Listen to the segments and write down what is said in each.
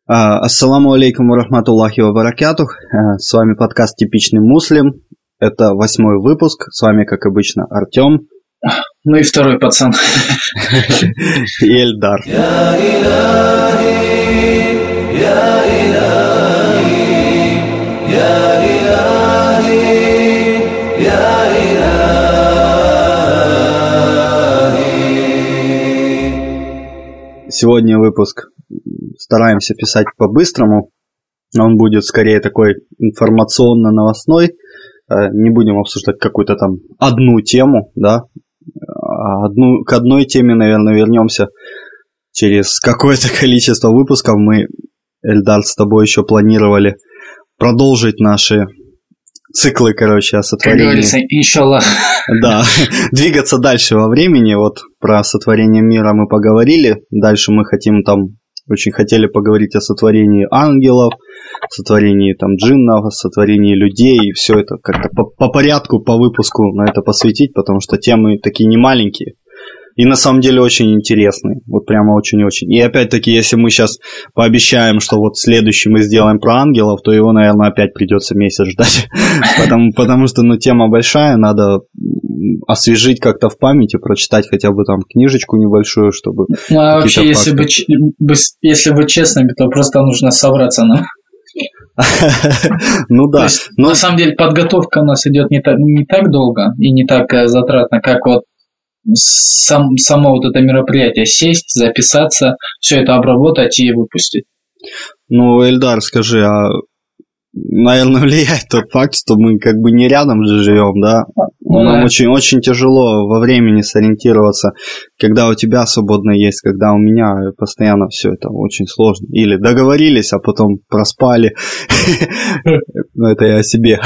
Ассаламу алейкум ва рахматуллахи ва баракатух. С вами подкаст «Типичный муслим». Это 8-й выпуск. С вами, как обычно, Артем. Ну и второй пацан. И Эльдар. Сегодня выпуск стараемся писать по-быстрому. Он будет скорее такой информационно-новостной. Не будем обсуждать какую-то там одну тему, да. К одной теме, наверное, вернемся через какое-то количество выпусков. Мы, Эльдар, с тобой еще планировали продолжить наши циклы, о сотворении. Как говорится, иншаллах. Да, двигаться дальше во времени. Вот про сотворение мира мы поговорили. Дальше мы очень хотели поговорить о сотворении ангелов, сотворении там джиннов, сотворении людей. И все это как-то по порядку, по выпуску на это посвятить, потому что темы такие не маленькие. И на самом деле очень интересные. Вот прямо очень-очень. И опять-таки, если мы сейчас пообещаем, что вот следующий мы сделаем про ангелов, то его, наверное, опять придется месяц ждать. Потому что, тема большая, надо освежить как-то в памяти, прочитать хотя бы там книжечку небольшую, чтобы... Ну, а вообще, если быть честными, то просто нужно собраться нам. Ну да. На самом деле, подготовка у нас идет не так долго и не так затратно, как вот само вот это мероприятие, сесть, записаться, все это обработать и выпустить. Ну, Эльдар, скажи, наверное, влияет тот факт, что мы как бы не рядом же живем, да? Нам очень тяжело во времени сориентироваться, когда у тебя свободно есть, когда у меня постоянно все это очень сложно. Или договорились, а потом проспали. Ну, это я о себе.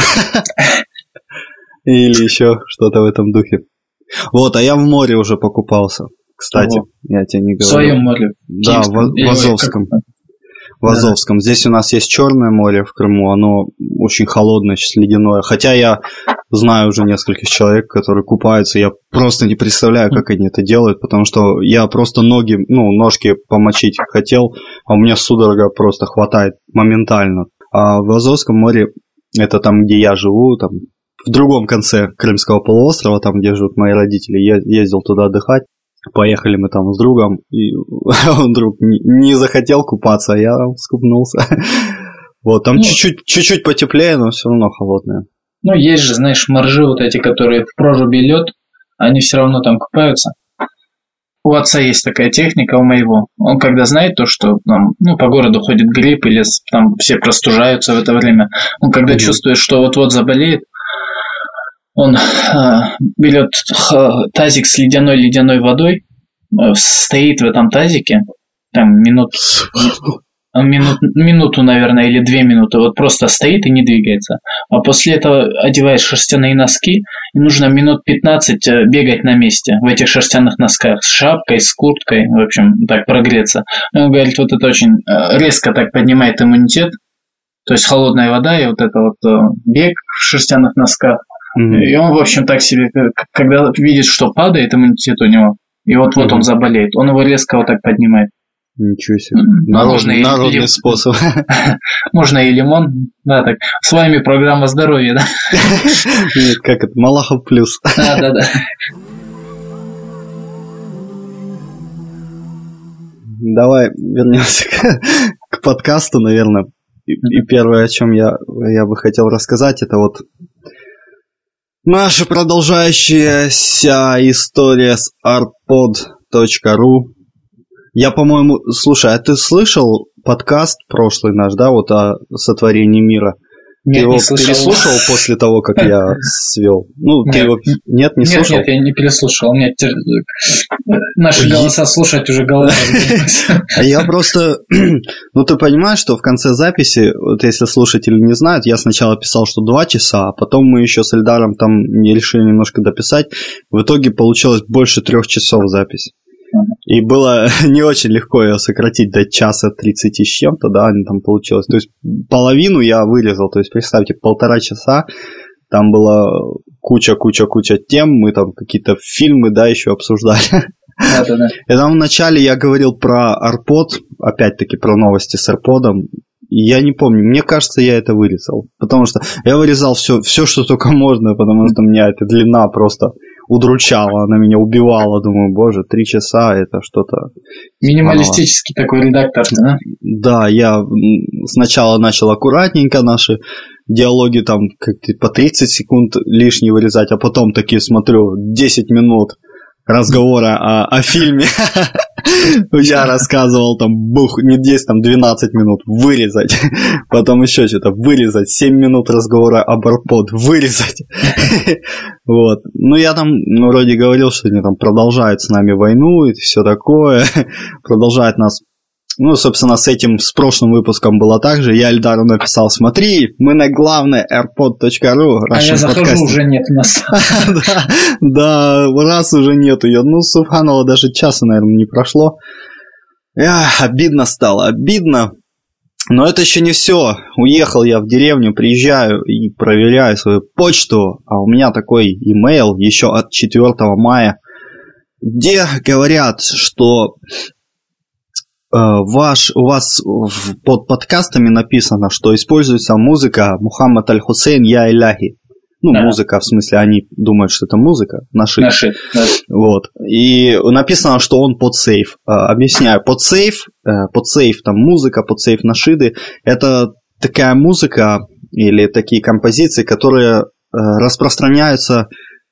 Или еще что-то в этом духе. Вот, а я в море уже покупался, кстати, я тебе не говорю. В своем море? Да, в Азовском. В Азовском. Здесь у нас есть Черное море в Крыму, оно очень холодное, сейчас ледяное. Хотя я знаю уже нескольких человек, которые купаются, я просто не представляю, как они это делают, потому что я просто ножки помочить хотел, а у меня судорога просто хватает моментально. А в Азовском море, это там, где я живу, там в другом конце Крымского полуострова, там, где живут мои родители, я ездил туда отдыхать. Поехали мы там с другом, и он друг не захотел купаться, а я скупнулся. Вот, там чуть-чуть потеплее, но все равно холодное. Ну, есть же, знаешь, моржи вот эти, которые в проруби лед, они все равно там купаются. У отца есть такая техника, у моего. Он когда знает то, что там, по городу ходит грипп, или там все простужаются в это время, он когда чувствует, что вот-вот заболеет, он берет тазик с ледяной водой, стоит в этом тазике, там минуту, наверное, или 2 минуты, вот просто стоит и не двигается. А после этого одеваешь шерстяные носки, и нужно минут 15 бегать на месте в этих шерстяных носках с шапкой, с курткой, в общем, так прогреться. Он говорит, вот это очень резко так поднимает иммунитет, то есть холодная вода и вот это вот бег в шерстяных носках. И он, в общем, так себе, когда видит, что падает иммунитет у него, и вот-вот он заболеет, он его резко вот так поднимает. Ничего себе. Народный способ. Можно и лимон. Да, так. С вами программа здоровья, да? Нет, как это? Малахов плюс. Да. Давай вернемся к подкасту, наверное. И первое, о чем я бы хотел рассказать, это вот наша продолжающаяся история с artpod.ru. Я, по-моему, слушай, а ты слышал подкаст прошлый наш, да, вот о сотворении мира? Нет, ты его не слышал. Переслушал после того, как я свел? Ты его не слушал? Нет, я не переслушал. Нет, наши голоса слушать уже голова. А я просто... ты понимаешь, что в конце записи, вот если слушатели не знают, я сначала писал, что 2 часа, а потом мы еще с Эльдаром там решили немножко дописать. В итоге получилось больше 3 часов запись. И было не очень легко ее сократить до часа 30 с чем-то, да, там получилось. То есть половину я вырезал, то есть представьте, 1,5 часа, там была куча тем, мы там какие-то фильмы, да, еще обсуждали. И там вначале я говорил про AirPod, опять-таки про новости с AirPod. Я не помню, мне кажется, я это вырезал. Потому что я вырезал все, что только можно, потому что меня эта длина просто удручала, она меня убивала. Думаю, боже, 3 часа, это что-то... Минималистический такой редактор, да? Да, я сначала начал аккуратненько наши диалоги там как-то по 30 секунд лишние вырезать, а потом такие смотрю, 10 минут разговора о фильме. Я рассказывал там, не 10, там 12 минут, вырезать. Потом еще что-то, вырезать. 7 минут разговора об AirPod, вырезать. Вот. Ну, я там вроде говорил, что они там продолжают с нами войну и все такое. Продолжают нас. Ну, собственно, с прошлым выпуском было так же. Я Эльдару написал, смотри, мы на главной airpod.ru. А я захожу, уже нет у нас. Да, раз уже нету ее. Ну, субханаллах, даже часа, наверное, не прошло. Обидно стало, обидно. Но это еще не все. Уехал я в деревню, приезжаю и проверяю свою почту. А у меня такой имейл еще от 4 мая, где говорят, что... у вас под подкастами написано, что используется музыка Мухаммад Аль-Хусейн Я Иляхи. Ну, да. Музыка, в смысле, они думают, что это музыка. Нашид, да. Вот. И написано, что он под сейф. Объясняю, под сейф, там музыка, под сейф нашиды. Это такая музыка или такие композиции, которые распространяются,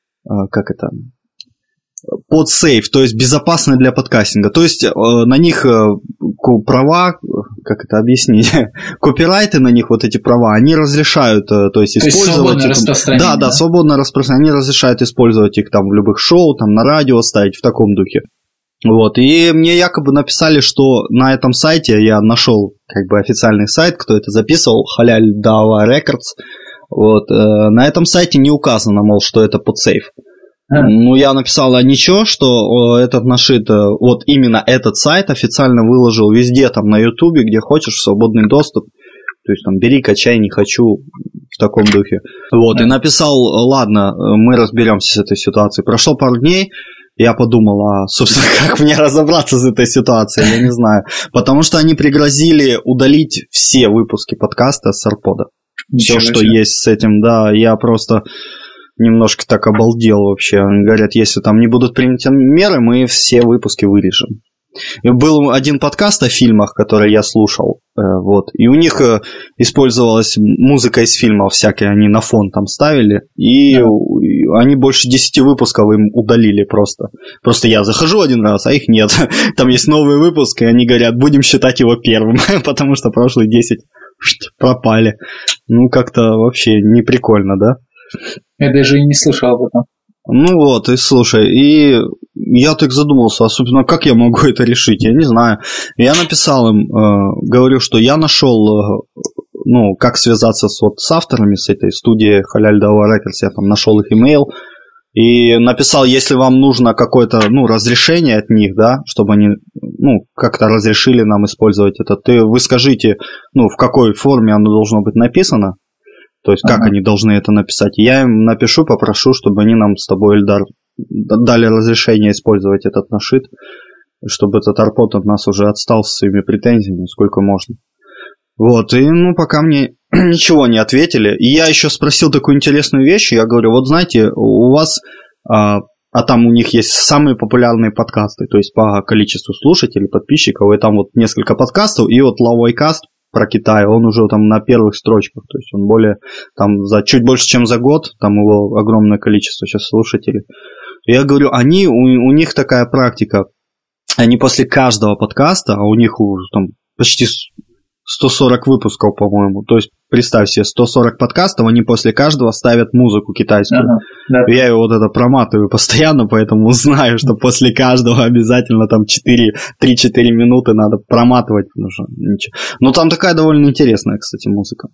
под сейф, то есть безопасны для подкастинга. То есть на них права, как это объяснить, копирайты на них, вот эти права, они разрешают, то есть использовать их. Да, свободное распространение. Они разрешают использовать их там в любых шоу, там на радио ставить в таком духе. Вот. И мне якобы написали, что на этом сайте я нашел как бы официальный сайт, кто это записывал, Халяль Дава Рекордс. Вот. На этом сайте не указано, мол, что это под сейф. Ну, я написал, ничего, что этот нашид, вот именно этот сайт официально выложил везде, там, на Ютубе, где хочешь, свободный доступ. То есть, там, бери, качай, не хочу, в таком духе. Вот, и написал, ладно, мы разберемся с этой ситуацией. Прошло пару дней, я подумал, собственно, как мне разобраться с этой ситуацией, я не знаю. Потому что они пригрозили удалить все выпуски подкаста с AirPod. Все, что есть с этим, да, я просто... немножко так обалдел вообще. Они говорят, если там не будут приняты меры, мы все выпуски вырежем. И был один подкаст о фильмах, который я слушал, вот, и у них использовалась музыка из фильмов всякие, они на фон там ставили, и они больше 10 выпусков им удалили просто. Просто я захожу один раз, а их нет. Там есть новый выпуск, и они говорят, будем считать его первым, потому что прошлые 10 пропали. Ну, как-то вообще не прикольно, да? Я даже и не слышал об этом. Ну вот, и слушай, и я так задумался, а, собственно, как я могу это решить, я не знаю. Я написал им, говорю, что я нашел, ну, как связаться с авторами, с этой студии Халяль Дава Рекордс, я там нашел их имейл, и написал, если вам нужно какое-то, ну, разрешение от них, да, чтобы они, ну, как-то разрешили нам использовать это, вы скажите, ну, в какой форме оно должно быть написано. То есть, как они должны это написать. Я им напишу, попрошу, чтобы они нам с тобой, Эльдар, дали разрешение использовать этот нашид, чтобы этот AirPod от нас уже отстал с своими претензиями, сколько можно. Вот, и, ну, пока мне ничего не ответили. И я еще спросил такую интересную вещь, я говорю, вот знаете, у вас, а там у них есть самые популярные подкасты, то есть по количеству слушателей, подписчиков, и там вот несколько подкастов, и вот Лавайкаст про Китай, он уже там на первых строчках, то есть он более, там, за чуть больше, чем за год, там его огромное количество сейчас слушателей. Я говорю, у них такая практика, они после каждого подкаста, а у них уже там почти 140 выпусков, по-моему, то есть представь себе, 140 подкастов, они после каждого ставят музыку китайскую. Да. Я ее вот это проматываю постоянно, поэтому знаю, что после каждого обязательно там 3-4 минуты надо проматывать. Но там такая довольно интересная, кстати, музыка.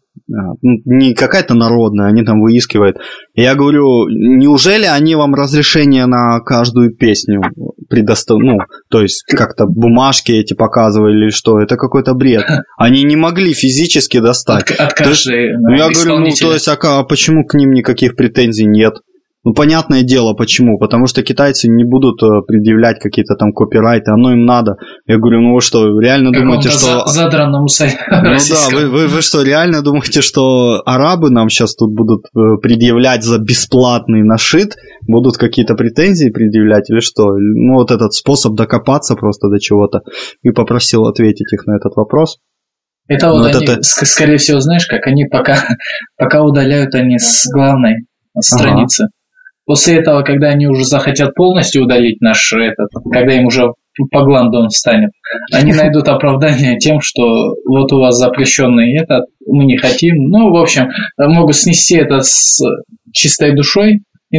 Не какая-то народная, они там выискивают. Я говорю, неужели они вам разрешение на каждую песню предоставили? Ну, то есть как-то бумажки эти показывали или что? Это какой-то бред. Они не могли физически достать. От каждой, я говорю, ну, то есть, а почему к ним никаких претензий нет? Ну, понятное дело, почему. Потому что китайцы не будут предъявлять какие-то там копирайты, оно им надо. Я говорю, ну вы что, реально думаете, что... задранному сайту. Ну да, вы что, реально думаете, что арабы нам сейчас тут будут предъявлять за бесплатный нашит? Будут какие-то претензии предъявлять или что? Ну, вот этот способ докопаться просто до чего-то. И попросил ответить их на этот вопрос. Это вот они, скорее всего, знаешь, как они пока удаляют они с главной страницы. После этого, когда они уже захотят полностью удалить наш когда им уже по гланду он встанет, они найдут оправдание тем, что вот у вас запрещенный мы не хотим. Ну, в общем, могут снести это с чистой душой.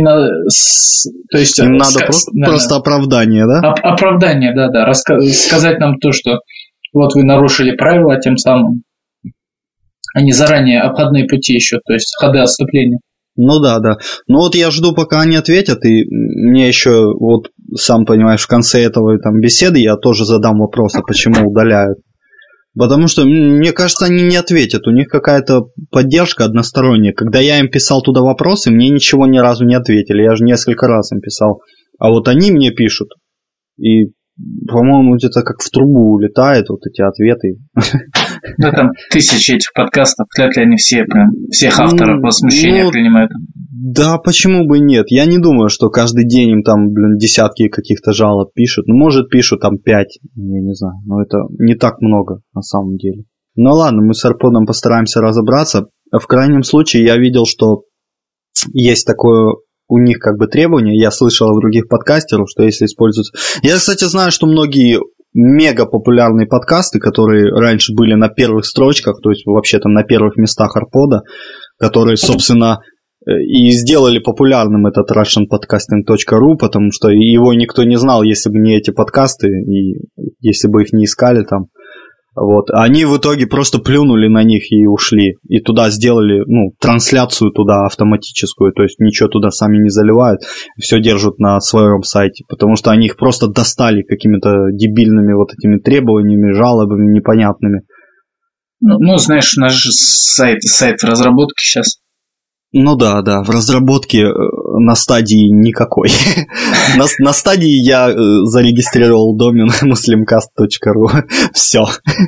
То есть, им надо просто оправдание, да? Оправдание, да. Сказать нам то, что вот вы нарушили правила, тем самым они заранее обходные пути еще, то есть ходы отступления. Ну да. Ну вот я жду, пока они ответят, и мне еще, вот сам понимаешь, в конце этого там беседы я тоже задам вопрос, а почему удаляют. Потому что, мне кажется, они не ответят, у них какая-то поддержка односторонняя. Когда я им писал туда вопросы, мне ничего ни разу не ответили, я же несколько раз им писал. А вот они мне пишут, и, по-моему, где-то как в трубу улетают вот эти ответы. Да, там тысячи этих подкастов, вряд ли они всех авторов возмущения принимают. Да, почему бы нет? Я не думаю, что каждый день им там, десятки каких-то жалоб пишут. Ну, может, пишут там 5, я не знаю. Но это не так много на самом деле. Ну ладно, мы с AirPod'ом постараемся разобраться. В крайнем случае я видел, что есть такое у них как бы требование. Я слышал от других подкастеров, что если используется... Я, кстати, знаю, что многие мега популярные подкасты, которые раньше были на первых строчках, то есть вообще там на первых местах AirPod'а, которые, собственно, и сделали популярным этот russianpodcasting.ru, потому что его никто не знал, если бы не эти подкасты, и если бы их не искали там. Вот. Они в итоге просто плюнули на них и ушли. И туда сделали, трансляцию туда автоматическую, то есть ничего туда сами не заливают, все держат на своем сайте, потому что они их просто достали какими-то дебильными вот этими требованиями, жалобами непонятными. Ну, знаешь, наш сайт в разработке сейчас. Ну да, в разработке на стадии никакой. На стадии я зарегистрировал домен muslimcast.ru. Все.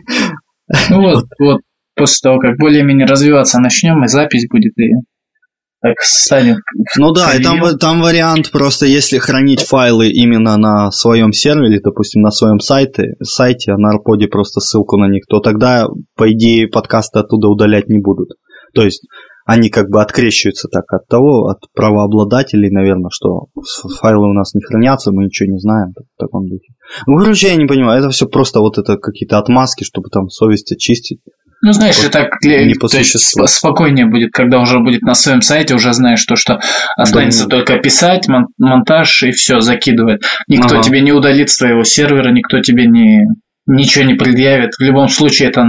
Ну вот, после того, как более-менее развиваться начнем, и запись будет, и так станет. Ну да, и там вариант просто, если хранить файлы именно на своем сервере, допустим, на своем сайте, а на AirPod'е просто ссылку на них, то тогда, по идее, подкасты оттуда удалять не будут. То есть они как бы открещиваются так от правообладателей, наверное, что файлы у нас не хранятся, мы ничего не знаем в таком духе. Ну, короче, я не понимаю, это все просто вот это какие-то отмазки, чтобы там совесть очистить. Ну, знаешь, и так то есть спокойнее будет, когда уже будет на своем сайте, уже знаешь то, что останется только писать, монтаж и все, закидывает. Никто тебе не удалит с твоего сервера, никто тебе ничего не предъявит. В любом случае это...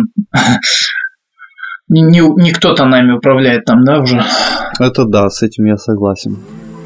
Не кто-то нами управляет там, да, уже? Это да, с этим я согласен.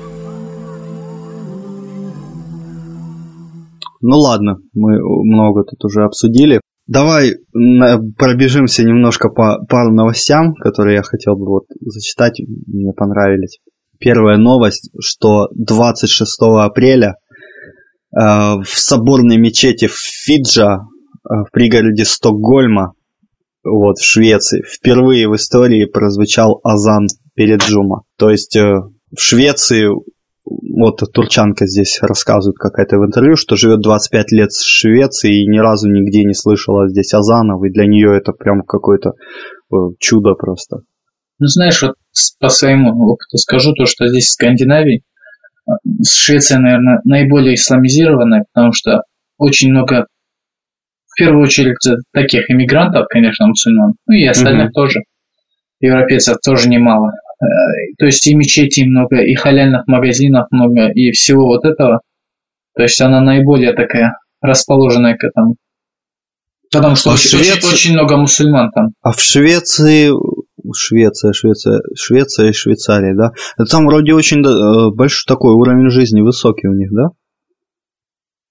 Ну ладно, мы много тут уже обсудили. Давай пробежимся немножко по пару новостям, которые я хотел бы зачитать, мне понравились. Первая новость, что 26 апреля в соборной мечети в Фиджа, в пригороде Стокгольма, в Швеции, впервые в истории прозвучал азан перед джума. То есть в Швеции, турчанка здесь рассказывает какая-то в интервью, что живет 25 лет в Швеции и ни разу нигде не слышала здесь азанов, и для нее это прям какое-то чудо просто. Ну, знаешь, по своему опыту скажу то, что здесь в Скандинавии Швеция, наверное, наиболее исламизированная, потому что очень много, в первую очередь, таких иммигрантов, конечно, мусульман, и остальных тоже, европейцев тоже немало. То есть и мечетей много, и халяльных магазинов много, и всего этого. То есть она наиболее такая расположенная к этому. Потому что очень много мусульман там. А в Швеции... Швеция и Швейцария, да? Там вроде очень большой такой уровень жизни высокий у них, да?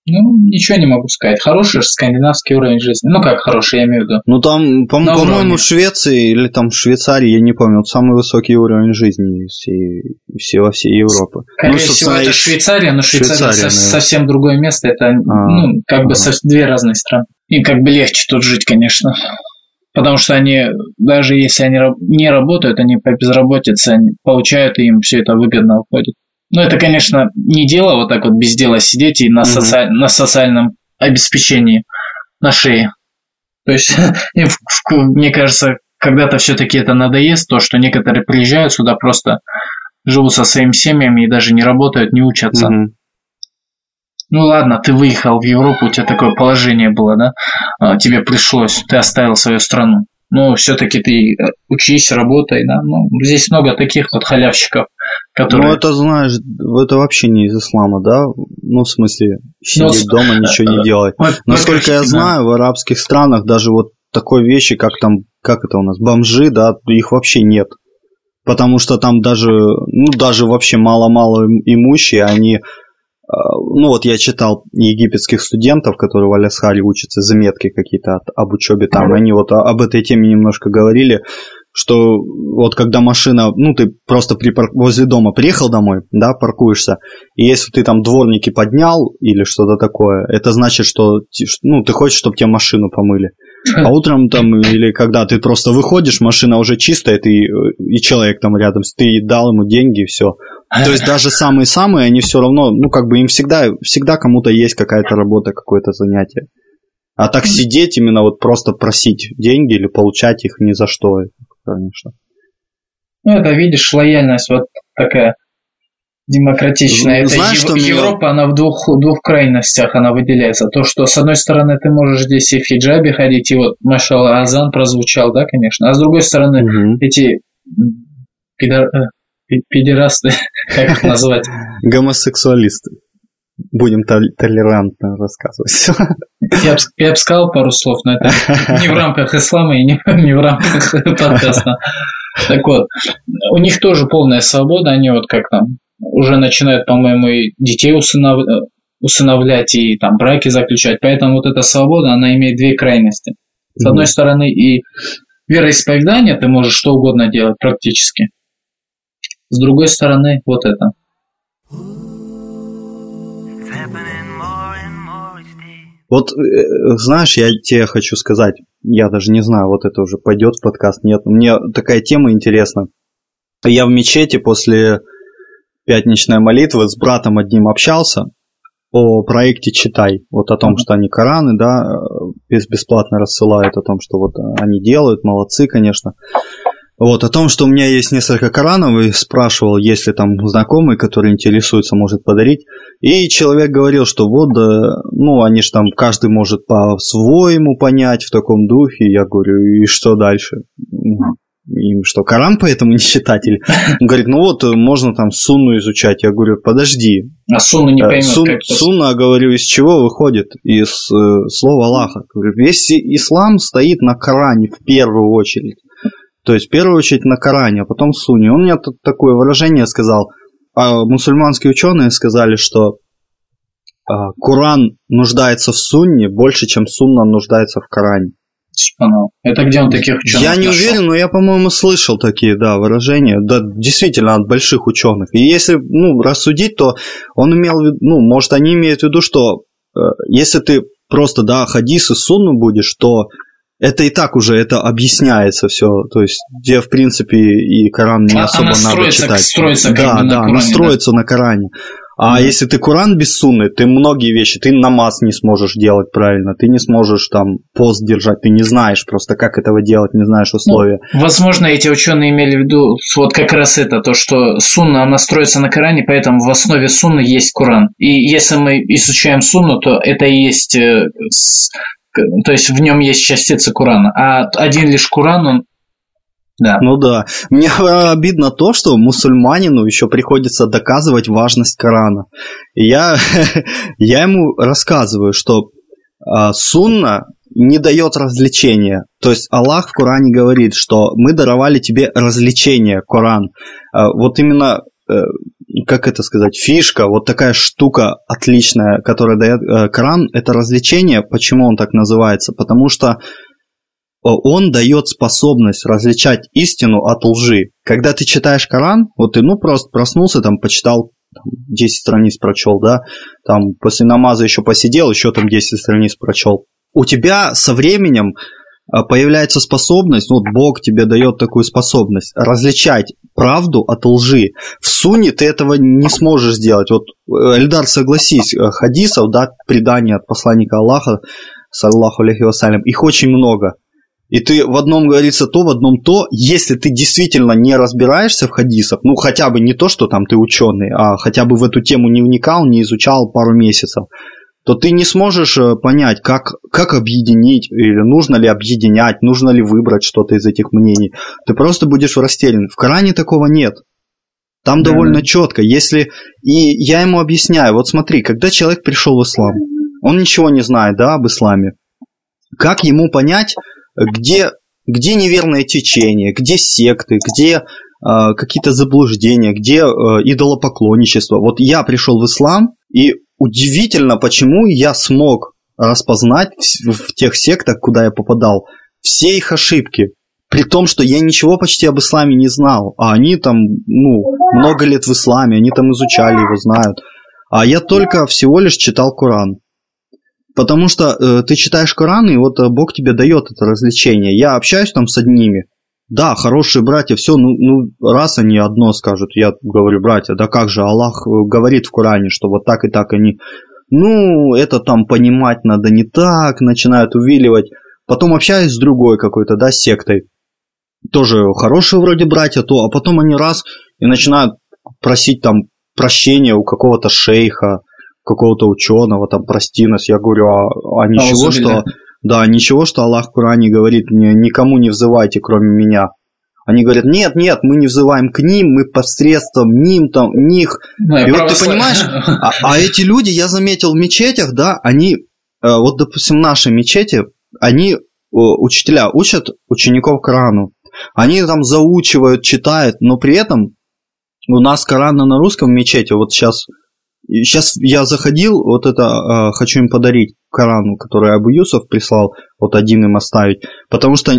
Ну, ничего не могу сказать. Хороший скандинавский уровень жизни. Ну, как хороший, я имею в виду. Ну, там, по-моему, в Швеции или там в Швейцарии, я не помню, вот самый высокий уровень жизни во всей Европы. Скорее всего, это Швейцария, но Швейцария совсем другое место. Это, две разные страны. Им как бы легче тут жить, конечно. Потому что они, даже если они не работают, они по безработице они получают, и им все это выгодно уходит. Ну, это, конечно, не дело вот так вот без дела сидеть и на социальном обеспечении на шее. То есть, мне кажется, когда-то все-таки это надоест, то, что некоторые приезжают сюда, просто живут со своими семьями и даже не работают, не учатся. Ну ладно, ты выехал в Европу, у тебя такое положение было, да? Тебе пришлось, ты оставил свою страну. Но все-таки ты учись, работай, да? Ну, здесь много таких вот халявщиков, которые... Ну, это, знаешь, это вообще не из ислама, да? Ну, в смысле, сидеть дома, ничего не делать. Насколько я знаю, в арабских странах даже вот такой вещи, как это у нас, бомжи, да, их вообще нет. Потому что там даже вообще мало-мало имущие, они... Ну, вот я читал египетских студентов, которые в Аль-Азхаре учатся, заметки какие-то об учебе там, они вот об этой теме немножко говорили, что вот когда машина, ну, ты просто возле дома приехал домой, да, паркуешься, и если ты там дворники поднял или что-то такое, это значит, что, ну, ты хочешь, чтобы тебе машину помыли. А утром там, или когда ты просто выходишь, машина уже чистая, и человек там рядом, ты дал ему деньги, и все. То есть даже самые-самые, они все равно, ну, как бы им всегда кому-то есть какая-то работа, какое-то занятие. А так сидеть, именно вот просто просить деньги или получать их ни за что, конечно. Ну, это, видишь, лояльность вот такая демократичная. Это знаешь, Европа, она в двух крайностях она выделяется. То, что с одной стороны ты можешь здесь и в хиджабе ходить, и вот, машалла, азан прозвучал, да, конечно. А с другой стороны, эти педерасты, как их назвать? Гомосексуалисты. Будем толерантно рассказывать. Я бы сказал пару слов, но это не в рамках ислама и не в рамках подкаста. Так вот, у них тоже полная свобода, они вот как там уже начинают, по-моему, и детей усыновлять, и там браки заключать. Поэтому вот эта свобода, она имеет две крайности. С одной стороны, и вероисповедание, ты можешь что угодно делать практически. С другой стороны, вот это. Вот, знаешь, я тебе хочу сказать, я даже не знаю, вот это уже пойдет в подкаст, нет. Мне такая тема интересна. Я в мечети после пятничной молитвы с братом одним общался о проекте «Читай». Вот о том, что они Кораны, да, бесплатно рассылают, о том, что вот они делают, молодцы, конечно. Вот, о том, что у меня есть несколько Коранов, и спрашивал, есть ли там знакомый, который интересуется, может подарить. И человек говорил, что вот, ну, они же там, каждый может по-своему понять в таком духе. Я говорю, и что дальше? Им что, Коран поэтому не читать? Или... Он говорит, ну вот, можно там сунну изучать. Я говорю, подожди. А сунну не поймет. Сунна, говорю, из чего выходит? Из слова Аллаха. Говорю, весь ислам стоит на Коране в первую очередь. То есть, в первую очередь на Коране, а потом в Сунне. Он мне тут такое выражение сказал. А мусульманские ученые сказали, что Коран нуждается в Сунне больше, чем Сунна нуждается в Коране. Это где он таких ученых Я не уверен, но я, по-моему, слышал такие, да, выражения. Да, действительно, от больших ученых. И если, ну, рассудить, то он имел в виду, ну, может, они имеют в виду, что если ты просто, да, хадис и Сунну будешь, то это и так уже, это объясняется все, то есть, где, в принципе, и Коран не особо надо читать. Строится настроиться на Коране. А если ты Коран без сунны, ты многие вещи, ты намаз не сможешь делать правильно, ты не сможешь там пост держать, ты не знаешь просто, как этого делать, не знаешь условия. Ну, возможно, эти ученые имели в виду вот как раз это, то, что сунна, она строится на Коране, поэтому в основе сунны есть Коран. И если мы изучаем сунну, то это и есть... То есть в нем есть частицы Корана, а один лишь Коран, он... Да. Ну да. Мне обидно то, что мусульманину еще приходится доказывать важность Корана. И я ему рассказываю, что сунна не дает развлечения. То есть Аллах в Коране говорит, что мы даровали тебе развлечение, Коран. Вот именно как это сказать, фишка, вот такая штука отличная, которая дает Коран, это развлечение. Почему он так называется? Потому что он дает способность различать истину от лжи. Когда ты читаешь Коран, вот ты просто проснулся, там, почитал, 10 страниц прочел, да, там, после намаза еще посидел, еще там 10 страниц прочел. У тебя со временем появляется способность, вот Бог тебе дает такую способность различать правду от лжи. В сунне ты этого не сможешь сделать. Вот, Эльдар, согласись, хадисов, да, предания от посланника Аллаха, саллаллаху алейхи вассалям, их очень много. И ты в одном говорится то, в одном то. Если ты действительно не разбираешься в хадисах, ну хотя бы не то, что там ты ученый, а хотя бы в эту тему не вникал, не изучал пару месяцев, то ты не сможешь понять, как объединить, или нужно ли объединять, нужно ли выбрать что-то из этих мнений. Ты просто будешь растерян. В Коране такого нет. Там довольно четко. Если... И я ему объясняю, вот смотри, когда человек пришел в ислам, он ничего не знает, да, об исламе. Как ему понять, где неверное течение, где секты, где какие-то заблуждения, где идолопоклонничество. Вот я пришел в ислам, и удивительно, почему я смог распознать в тех сектах, куда я попадал, все их ошибки. При том, что я ничего почти об исламе не знал. А они там, много лет в исламе, они там изучали его, знают. А я только всего лишь читал Коран. Потому что ты читаешь Коран, и вот Бог тебе дает это развлечение. Я общаюсь там с одними. Да, хорошие братья, все, раз они одно скажут, я говорю, братья, да как же, Аллах говорит в Коране, что вот так и так они, это там понимать надо не так, начинают увиливать. Потом общаюсь с другой какой-то, да, сектой, тоже хорошие вроде братья, а потом они раз и начинают просить там прощения у какого-то шейха, какого-то ученого, там, прости нас. Я говорю, а ничего, что... Да, ничего, что Аллах в Коране говорит, никому не взывайте, кроме меня. Они говорят, нет, мы не взываем к ним, мы посредством них. И вот ты понимаешь, а эти люди, я заметил в мечетях, да, они, вот, допустим, в нашей мечети, они, учителя, учат учеников Корану. Они там заучивают, читают, но при этом у нас Коран на русском в мечети, вот сейчас я заходил, вот это хочу им подарить Корану, который Абу Юсуф прислал, вот один им оставить, потому что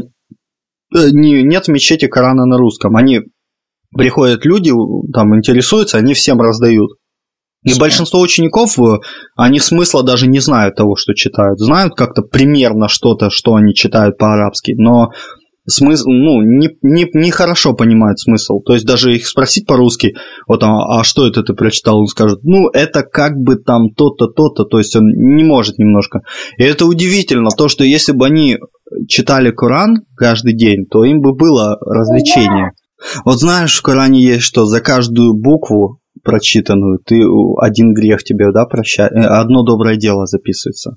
нет в мечети Корана на русском. Они приходят люди, там интересуются, они всем раздают. И большинство учеников, они смысла даже не знают того, что читают. Знают как-то примерно что-то, что они читают по-арабски, но смысл, не хорошо понимают смысл. То есть даже их спросить по-русски, вот, а что это ты прочитал, он скажет, это как бы там то-то, то-то, то есть он не может немножко. И это удивительно, то, что если бы они читали Коран каждый день, то им бы было развлечение. Вот знаешь, в Коране есть, что за каждую букву прочитанную ты один грех тебе, да, прощает, одно доброе дело записывается.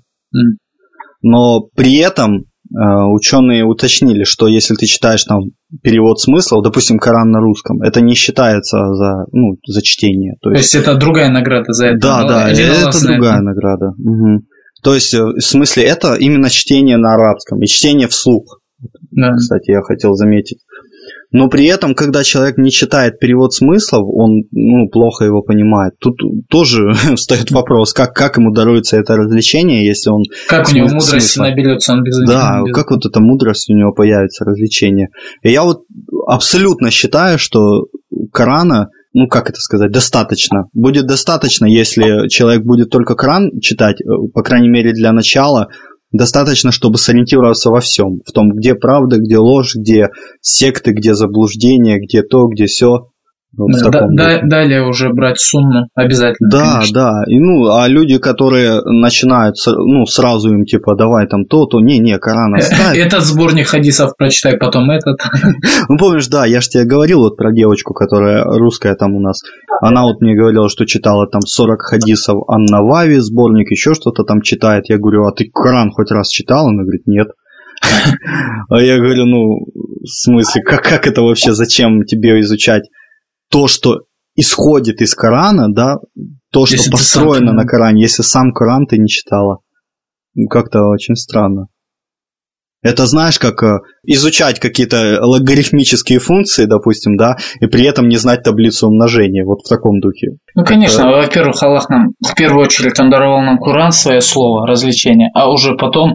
Но при этом ученые уточнили, что если ты читаешь там перевод смыслов, допустим, Коран на русском, это не считается за чтение. То есть это другая награда за это? Да, это другая награда. Угу. То есть, в смысле, это именно чтение на арабском и чтение вслух. Да. Кстати, я хотел заметить. Но при этом, когда человек не читает перевод смыслов, он плохо его понимает. Тут тоже встает вопрос, как ему даруется это развлечение, если он... Как у него мудрости наберется, он без... Да, как вот эта мудрость у него появится, развлечение. И я вот абсолютно считаю, что Корана, достаточно. Будет достаточно, если человек будет только Коран читать, по крайней мере для начала. Достаточно, чтобы сориентироваться во всем. В том, где правда, где ложь, где секты, где заблуждения, где то, где сё. Далее уже брать сунну обязательно. Да, конечно. Да. И, а люди, которые начинают, сразу им типа, давай там то, не, Коран оставь. Этот сборник хадисов прочитай, потом этот. Помнишь, да, я же тебе говорил вот про девочку, которая русская там у нас. Она вот мне говорила, что читала там 40 хадисов Ан-Навави, сборник, еще что-то там читает. Я говорю, а ты Коран хоть раз читал? Она говорит, нет. А я говорю, в смысле, как это вообще, зачем тебе изучать то, что исходит из Корана, да, то, что если построено на Коране, если сам Коран ты не читала. Как-то очень странно. Это знаешь, как изучать какие-то логарифмические функции, допустим, да, и при этом не знать таблицу умножения, вот в таком духе. Ну, конечно, во-первых, Аллах нам, в первую очередь, Он даровал нам Коран, свое слово, развлечение, а уже потом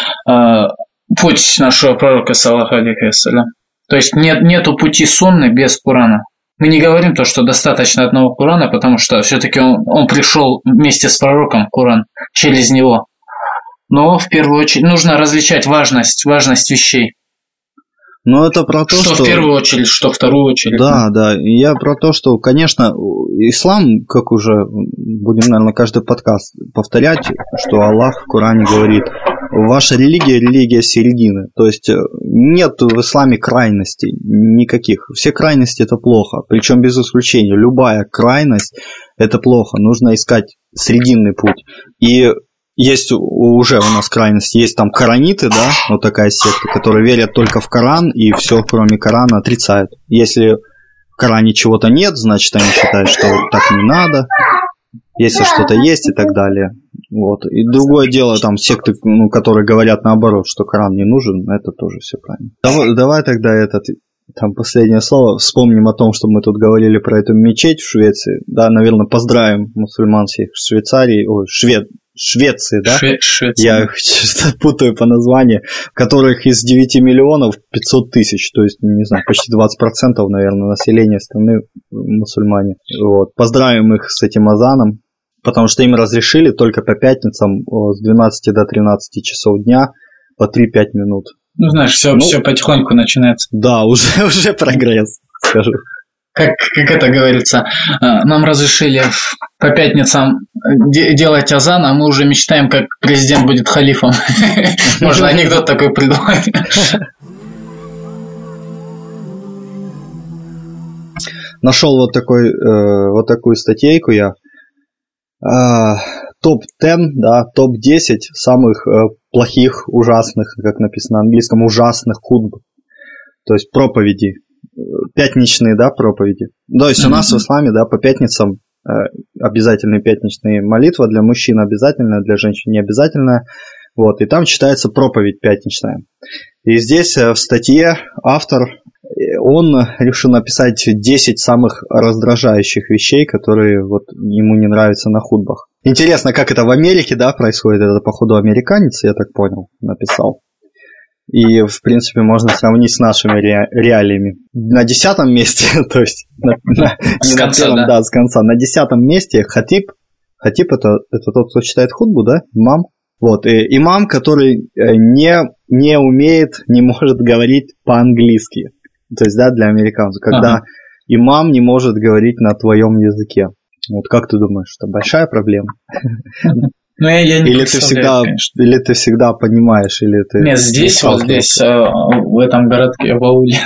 путь нашего пророка, саллаллаху алейхи вассалям. То есть нету пути сунны без Корана. Мы не говорим то, что достаточно одного Корана, потому что все-таки он пришел вместе с пророком, Коран, через него. Но в первую очередь нужно различать важность вещей. Но это про то, что... в первую очередь, что в вторую очередь. Да. Я про то, что, конечно, ислам, как уже будем, наверное, каждый подкаст повторять, что Аллах в Коране говорит, ваша религия – религия середины. То есть нет в исламе крайностей никаких. Все крайности – это плохо, причем без исключения. Любая крайность – это плохо. Нужно искать срединный путь. И есть уже у нас крайность, есть там кораниты, да, вот такая секта, которые верят только в Коран и все, кроме Корана, отрицают. Если в Коране чего-то нет, значит они считают, что так не надо, если что-то есть и так далее. Вот. И другое дело, там секты, которые говорят наоборот, что Коран не нужен, это тоже все правильно. Давай тогда там последнее слово. Вспомним о том, что мы тут говорили про эту мечеть в Швеции. Да, наверное, поздравим мусульман всех Швейцарии, Швеции, да? Швеция. Я что-то путаю по названию, которых из 9 миллионов 500 тысяч, то есть, не знаю, почти 20%, наверное, населения страны мусульмане. Вот. Поздравим их с этим азаном, потому что им разрешили только по пятницам с 12 до 13 часов дня по 3-5 минут. Ну, знаешь, все потихоньку начинается. Да, уже прогресс, скажу. Как это говорится, нам разрешили по пятницам делать азан, а мы уже мечтаем, как президент будет халифом. Можно анекдот такой придумать. Нашел вот такую статейку я. Топ-10, да, топ-10 самых плохих, ужасных, как написано на английском, ужасных хутб. То есть проповеди. Пятничные, да, проповеди. То есть у нас в исламе, да, по пятницам обязательные пятничные молитвы, для мужчин обязательная, для женщин не обязательная. Вот, и там читается проповедь пятничная. И здесь в статье автор, он решил написать 10 самых раздражающих вещей, которые вот ему не нравятся на хутбах. Интересно, как это в Америке, да, происходит. Это, походу, американец, я так понял, написал. И, в принципе, можно сравнить с нашими реалиями. На 10-м месте, то есть с конца, да, с конца. На 10-м месте хатиб. Хатиб это тот, кто читает хутбу, да? Имам. Вот. И имам, который не умеет, не может говорить по-английски. То есть, да, для американцев. Когда имам не может говорить на твоем языке. Вот как ты думаешь, это большая проблема? Ну, я не или ты всегда понимаешь, или ты... Нет, здесь, в этом городке, в ауле,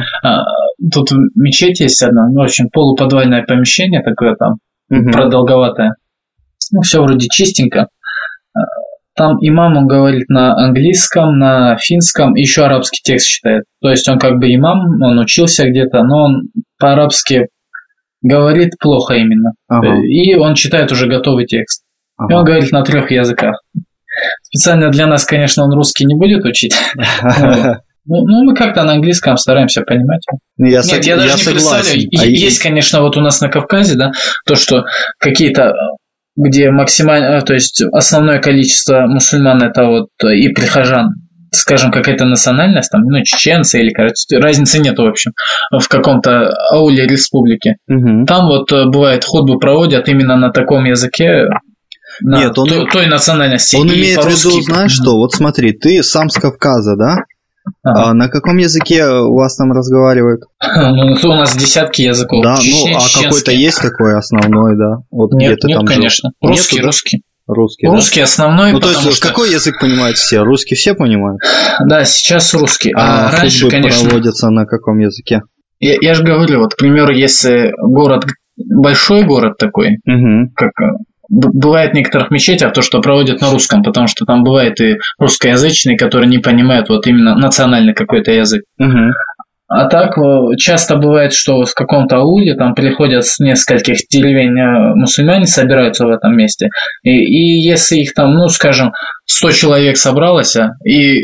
тут мечеть есть одна, очень полуподвальное помещение такое там, продолговатое. Ну, все вроде чистенько. Там имам, он говорит на английском, на финском, и еще арабский текст читает. То есть он как бы имам, он учился где-то, но он по-арабски говорит плохо именно. И он читает уже готовый текст. И он говорит на 3 языках. Специально для нас, конечно, он русский не будет учить. Ну, мы как-то на английском стараемся понимать. Я даже не представляю. Есть, конечно, вот у нас на Кавказе, да, то, что какие-то, где максимально, то есть основное количество мусульман это вот и прихожан, скажем, какая-то национальность, там, чеченцы или, короче, разницы нет, в общем, в каком-то ауле республики. Там вот бывает хутбу проводят именно на таком языке. Нет, той национальности. Он имеет в виду, знаешь что, вот смотри, ты сам с Кавказа, да? А на каком языке у вас там разговаривают? У нас десятки языков. Да, какой-то есть такой основной, да? Вот нет, конечно. Русский. Русский основной. Ну, то есть, какой язык понимают все? Русский все понимают? Да, сейчас русский. А раньше, конечно... проводятся на каком языке? Я же говорю, вот, к примеру, если большой город такой, как... Бывает в некоторых мечетях то, что проводят на русском, потому что там бывает и русскоязычные, которые не понимают вот именно национальный какой-то язык. А так часто бывает, что в каком-то ауле там приходят с нескольких деревень мусульмане, собираются в этом месте. И если их там, скажем, 100 человек собралось, и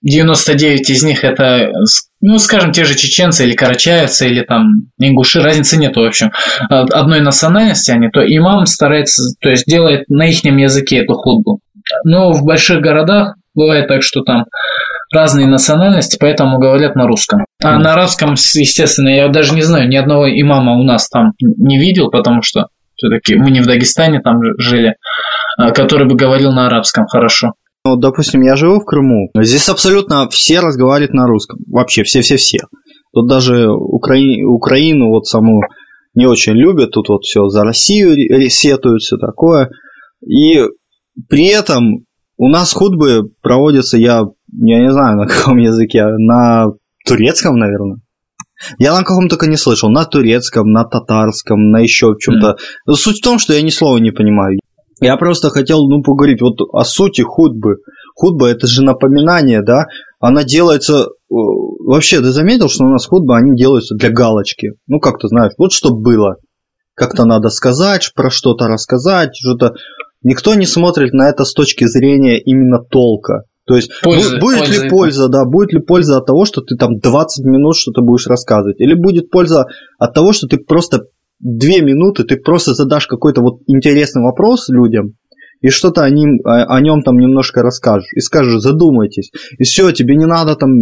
99 из них это, ну, скажем, те же чеченцы или карачаевцы, или там ингуши, разницы нету, в общем. Одной национальности они, то имам старается, то есть делает на ихнем языке эту хутбу. Но в больших городах бывает так, что там разные национальности, поэтому говорят на русском. А на арабском, естественно, я даже не знаю, ни одного имама у нас там не видел, потому что все-таки мы не в Дагестане там жили, который бы говорил на арабском хорошо. Ну, допустим, я живу в Крыму. Здесь абсолютно все разговаривают на русском. Вообще, все-все-все. Тут даже Украину вот саму не очень любят. Тут вот все за Россию сетуют, все такое. И при этом у нас хутбы проводятся, я не знаю, на каком языке, на турецком, наверное. Я на каком только не слышал. На турецком, на татарском, на еще чем-то. Суть в том, что я ни слова не понимаю. Я просто хотел, поговорить вот о сути хутбы. Хутба – это же напоминание, да? Она делается... Вообще, ты заметил, что у нас хутбы, они делаются для галочки? Ну, как ты знаешь, вот что было. Как-то надо сказать, про что-то рассказать, что-то... Никто не смотрит на это с точки зрения именно толка. То есть, будет ли польза, да, будет ли польза от того, что ты там 20 минут что-то будешь рассказывать? Или будет польза от того, что ты просто 2 минуты, ты просто задашь какой-то вот интересный вопрос людям, и что-то о нем там немножко расскажешь, и скажешь, задумайтесь. И все, тебе не надо там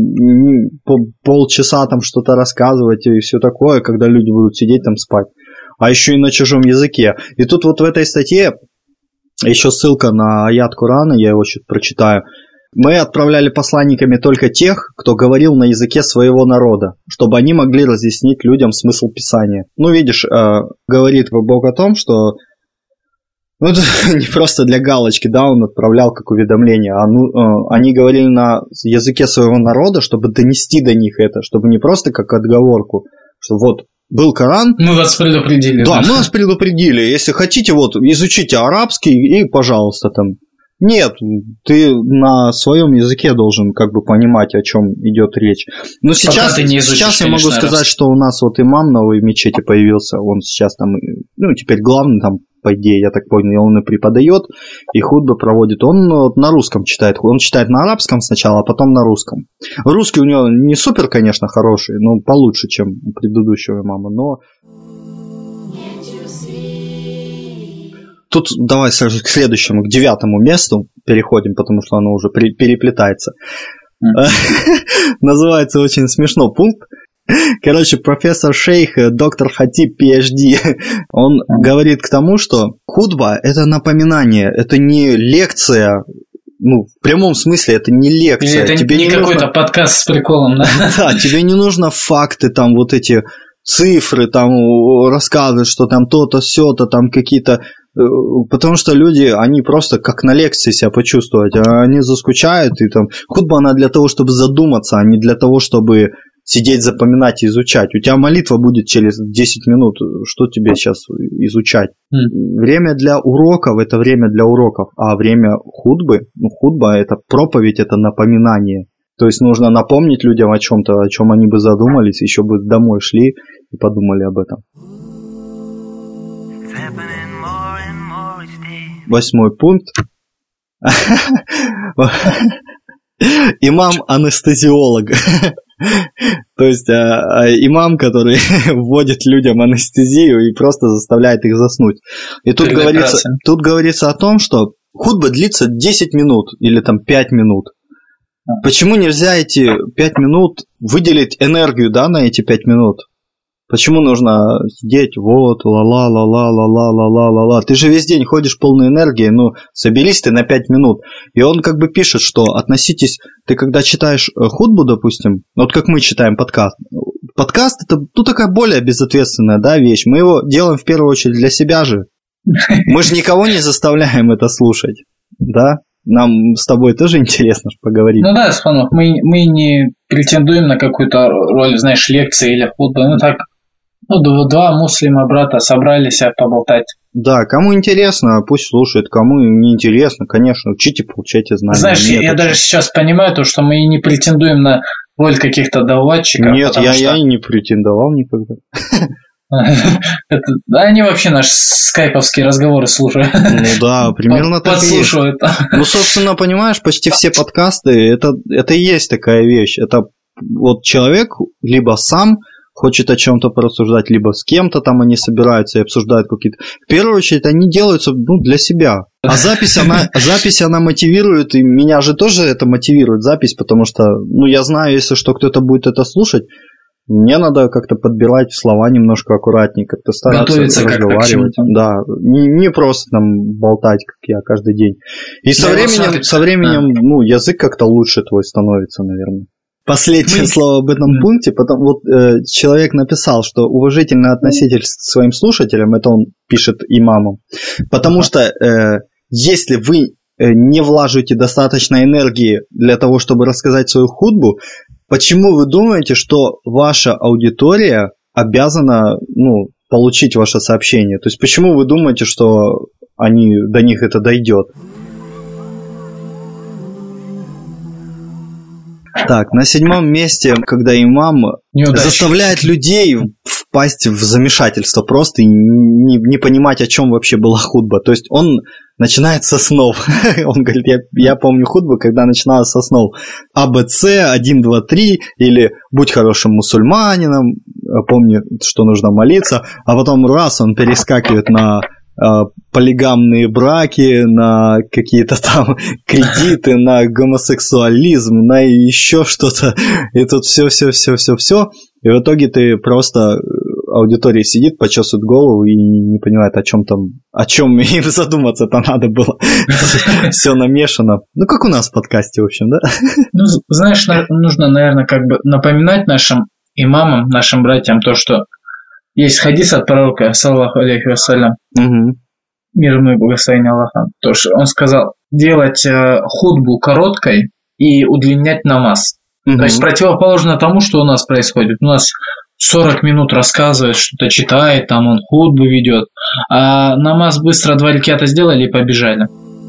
полчаса там что-то рассказывать и все такое, когда люди будут сидеть там спать. А еще и на чужом языке. И тут вот в этой статье еще ссылка на аят Корана, я его чуть прочитаю. Мы отправляли посланниками только тех, кто говорил на языке своего народа, чтобы они могли разъяснить людям смысл Писания. Ну, видишь, говорит Бог о том, что это не просто для галочки, да, он отправлял как уведомление, они говорили на языке своего народа, чтобы донести до них это, чтобы не просто как отговорку, что вот был Коран. Мы вас предупредили. Да, мы вас предупредили. Если хотите, вот, изучите арабский и, пожалуйста, там. Нет, ты на своем языке должен как бы понимать, о чем идет речь. Но сейчас я могу сказать, что у нас вот имам новый в мечети появился, он сейчас там, теперь главный там, по идее, я так понял, он и преподает, и хутбы проводит. Он на русском читает, он читает на арабском сначала, а потом на русском. Русский у него не супер, конечно, хороший, но получше, чем у предыдущего имама, но... Тут давай сразу к следующему, к 9-му месту переходим, потому что оно уже переплетается. Называется очень смешно пункт. Короче, профессор Шейх, доктор Хатиб, PhD, он говорит к тому, что хутба – это напоминание, это не лекция, в прямом смысле это не лекция. Это тебе не какой-то подкаст с приколом, да? Да, тебе не нужно факты, там вот эти цифры, там рассказывать, что там то-то, сё-то, там какие-то... Потому что люди, они просто как на лекции себя почувствовать, они заскучают, и там хутба она для того, чтобы задуматься, а не для того, чтобы сидеть, запоминать и изучать. У тебя молитва будет через 10 минут, что тебе сейчас изучать? Время для уроков – это время для уроков, а время хутбы, хутба – это проповедь, это напоминание. То есть нужно напомнить людям о чем-то, о чем они бы задумались, еще бы домой шли и подумали об этом. 8-й пункт. Имам-анестезиолог. То есть имам, который вводит людям анестезию и просто заставляет их заснуть. И тут говорится о том, что хутба длится 10 минут или там 5 минут. Почему нельзя эти 5 минут выделить энергию, да, на эти 5 минут? Почему нужно сидеть, вот, ла-ла-ла-ла-ла-ла-ла-ла-ла. Ты же весь день ходишь полной энергией, соберись ты на 5 минут. И он как бы пишет, что относитесь, ты когда читаешь хутбу, допустим, вот как мы читаем подкаст. Подкаст это такая более безответственная, да, вещь. Мы его делаем в первую очередь для себя же. Мы же никого не заставляем это слушать, да? Нам с тобой тоже интересно поговорить. Ну да, Спанов, мы не претендуем на какую-то роль, знаешь, лекции или хутбы, так... два муслима брата собрались поболтать. Да, кому интересно, пусть слушает, кому не интересно, конечно, учите, получайте знания. Знаешь, я даже сейчас понимаю то, что мы не претендуем на роль каких-то доводчиков. Нет, я и не претендовал никогда. Они вообще наши скайповские разговоры слушают. Ну да, примерно так и есть. Подслушивают. Ну, собственно, понимаешь, почти все подкасты, это и есть такая вещь. Это вот человек либо сам хочет о чем-то порассуждать, либо с кем-то там они собираются и обсуждают какие-то... В первую очередь, они делаются для себя. А запись, она мотивирует, и меня же тоже это мотивирует, запись, потому что, я знаю, если что, кто-то будет это слушать, мне надо как-то подбирать слова немножко аккуратнее, как-то стараться разговаривать. Да, не просто там болтать, как я каждый день. И со временем, язык как-то лучше твой становится, наверное. Последнее слово об этом пункте. Потом человек написал, что уважительно относитесь к своим слушателям, это он пишет имамам, потому что если вы не влаживаете достаточно энергии для того, чтобы рассказать свою хутбу, почему вы думаете, что ваша аудитория обязана получить ваше сообщение? То есть почему вы думаете, что до них это дойдет? Так, на 7-м месте, когда имам заставляет людей впасть в замешательство просто и не понимать, о чем вообще была хутба. То есть он начинает со снов. Он говорит, я помню хутбу, когда начиналась со снов. АБЦ, 1, 2, 3, или будь хорошим мусульманином, помни, что нужно молиться. А потом раз он перескакивает на полигамные браки, на какие-то там кредиты, на гомосексуализм, на еще что-то. И тут все. И в итоге ты просто... Аудитория сидит, почесывает голову и не понимает, о чем им задуматься-то надо было. Все намешано. Как у нас в подкасте, в общем, да? Знаешь, нужно, наверное, напоминать нашим имамам, нашим братьям то, что есть хадис от пророка, саллаллаху алейхи вассалям, мир ему и благословение Аллаха, то, что он сказал, делать хутбу короткой и удлинять намаз. То есть противоположно тому, что у нас происходит. У нас 40 минут рассказывает, что-то читает, там он хутбу ведет, а намаз быстро 2 раката сделали и побежали.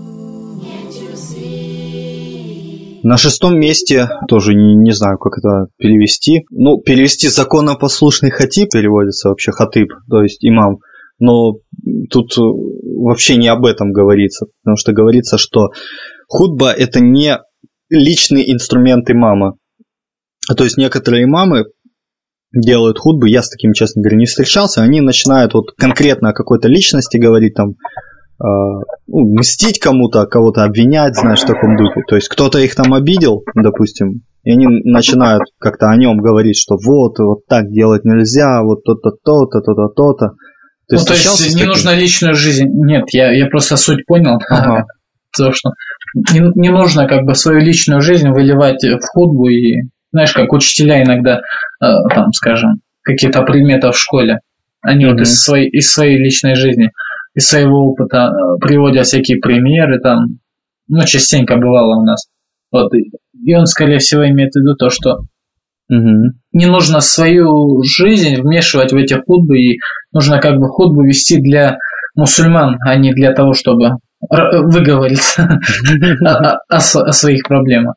На 6-м месте, тоже не знаю, как это перевести. Перевести законопослушный хатиб переводится вообще хатиб, то есть имам. Но тут вообще не об этом говорится, потому что говорится, что хутба – это не личный инструмент имама. То есть некоторые имамы делают хутбы, я с таким, честно говоря, не встречался, они начинают конкретно о какой-то личности говорить, там, мстить кому-то, кого-то обвинять, знаешь, в таком духе. То есть кто-то их там обидел, допустим, и они начинают как-то о нем говорить, что вот так делать нельзя, вот то-то, то-то, то-то, то-то. То есть не нужна личная жизнь. Нет, я просто суть понял. Потому что не нужно свою личную жизнь выливать в хутбу и, знаешь, как учителя иногда, там, скажем, какие-то предметы в школе, они из своей личной жизни, из своего опыта приводят всякие примеры, там, частенько бывало у нас. И он, скорее всего, имеет в виду то, что не нужно свою жизнь вмешивать в эти хутбы, и нужно хутбу вести для мусульман, а не для того, чтобы выговориться о своих проблемах.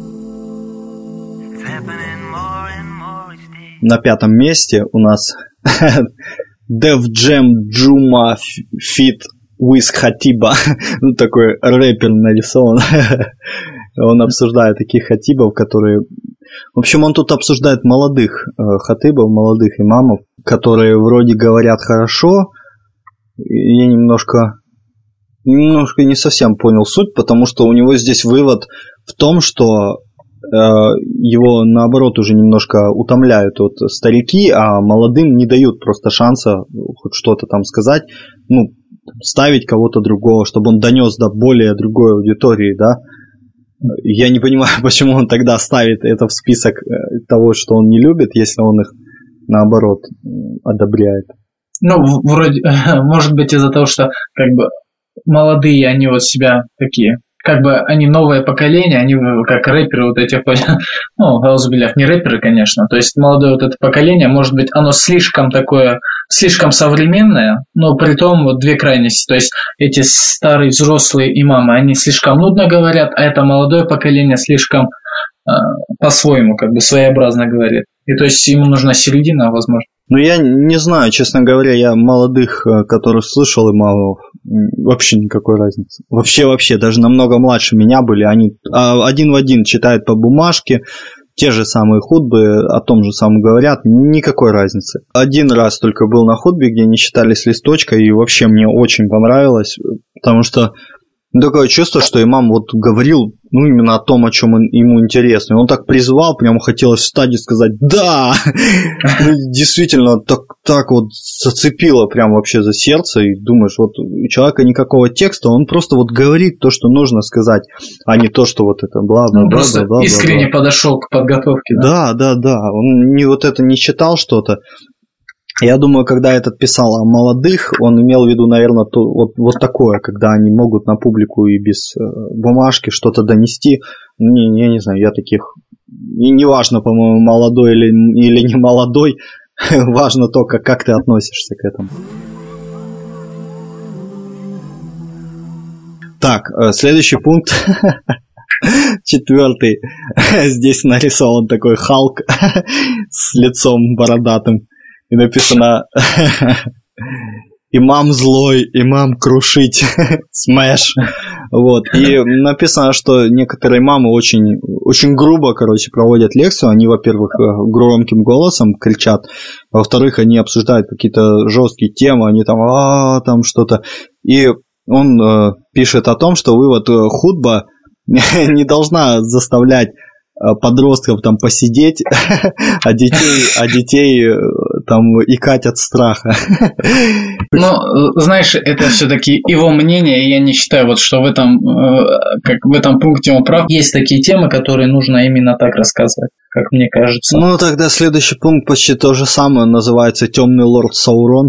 На 5-м месте у нас Def Jam Juma Fit with Хатиба. Такой рэпер нарисован. Он обсуждает таких хатибов, которые... В общем, он тут обсуждает молодых хатибов, молодых имамов, которые вроде говорят хорошо. Я немножко не совсем понял суть, потому что у него здесь вывод в том, что его, наоборот, уже немножко утомляют старики, а молодым не дают просто шанса хоть что-то там сказать, ставить кого-то другого, чтобы он донес до более другой аудитории, да. Я не понимаю, почему он тогда ставит это в список того, что он не любит, если он их, наоборот, одобряет. Вроде, может быть, из-за того, что молодые, они себя такие, они новое поколение, они как рэперы аузубилях, не рэперы, конечно, то есть молодое это поколение, может быть, оно слишком современное, но при том 2 крайности, то есть эти старые взрослые имамы, они слишком нудно говорят, а это молодое поколение слишком по-своему, своеобразно говорит. И то есть ему нужна середина, возможно. Ну, я не знаю, честно говоря, я молодых, которых слышал, имамов, вообще никакой разницы. Вообще, даже намного младше меня были, они один в один читают по бумажке, те же самые хутбы, о том же самом говорят, никакой разницы. Один раз только был на хутбе, где они читали с листочка, и вообще мне очень понравилось, потому что такое чувство, что имам вот говорил, ну, именно о том, о чем ему интересно. И он так призвал, прямо хотелось встать и сказать «да!». Действительно, так вот зацепило прям вообще за сердце. И думаешь, вот у человека никакого текста, он просто вот говорит то, что нужно сказать, а не то, что вот это бла-бла-бла. Просто искренне подошел к подготовке. Да. Он не читал что-то. Я думаю, когда этот писал о молодых, он имел в виду, наверное, вот такое, когда они могут на публику и без бумажки что-то донести. Я не знаю, я таких... И не важно, по-моему, молодой или не молодой, важно только, как ты относишься к этому. Так, следующий пункт, 4. Здесь нарисован такой Халк с лицом бородатым. И написано «Имам злой, имам крушить, смэш». Вот. И написано, что некоторые имамы очень, очень грубо, проводят лекцию. Они, во-первых, громким голосом кричат, во-вторых, они обсуждают какие-то жесткие темы, они там что-то. И он пишет о том, что вывод хутба не должна заставлять подростков там посидеть, а детей там икать от страха. Ну, знаешь, это все-таки его мнение, и я не считаю, вот, что в этом пункте он прав. Есть такие темы, которые нужно именно так рассказывать, как мне кажется. Ну, тогда следующий пункт почти то же самое, называется «Темный лорд Саурон».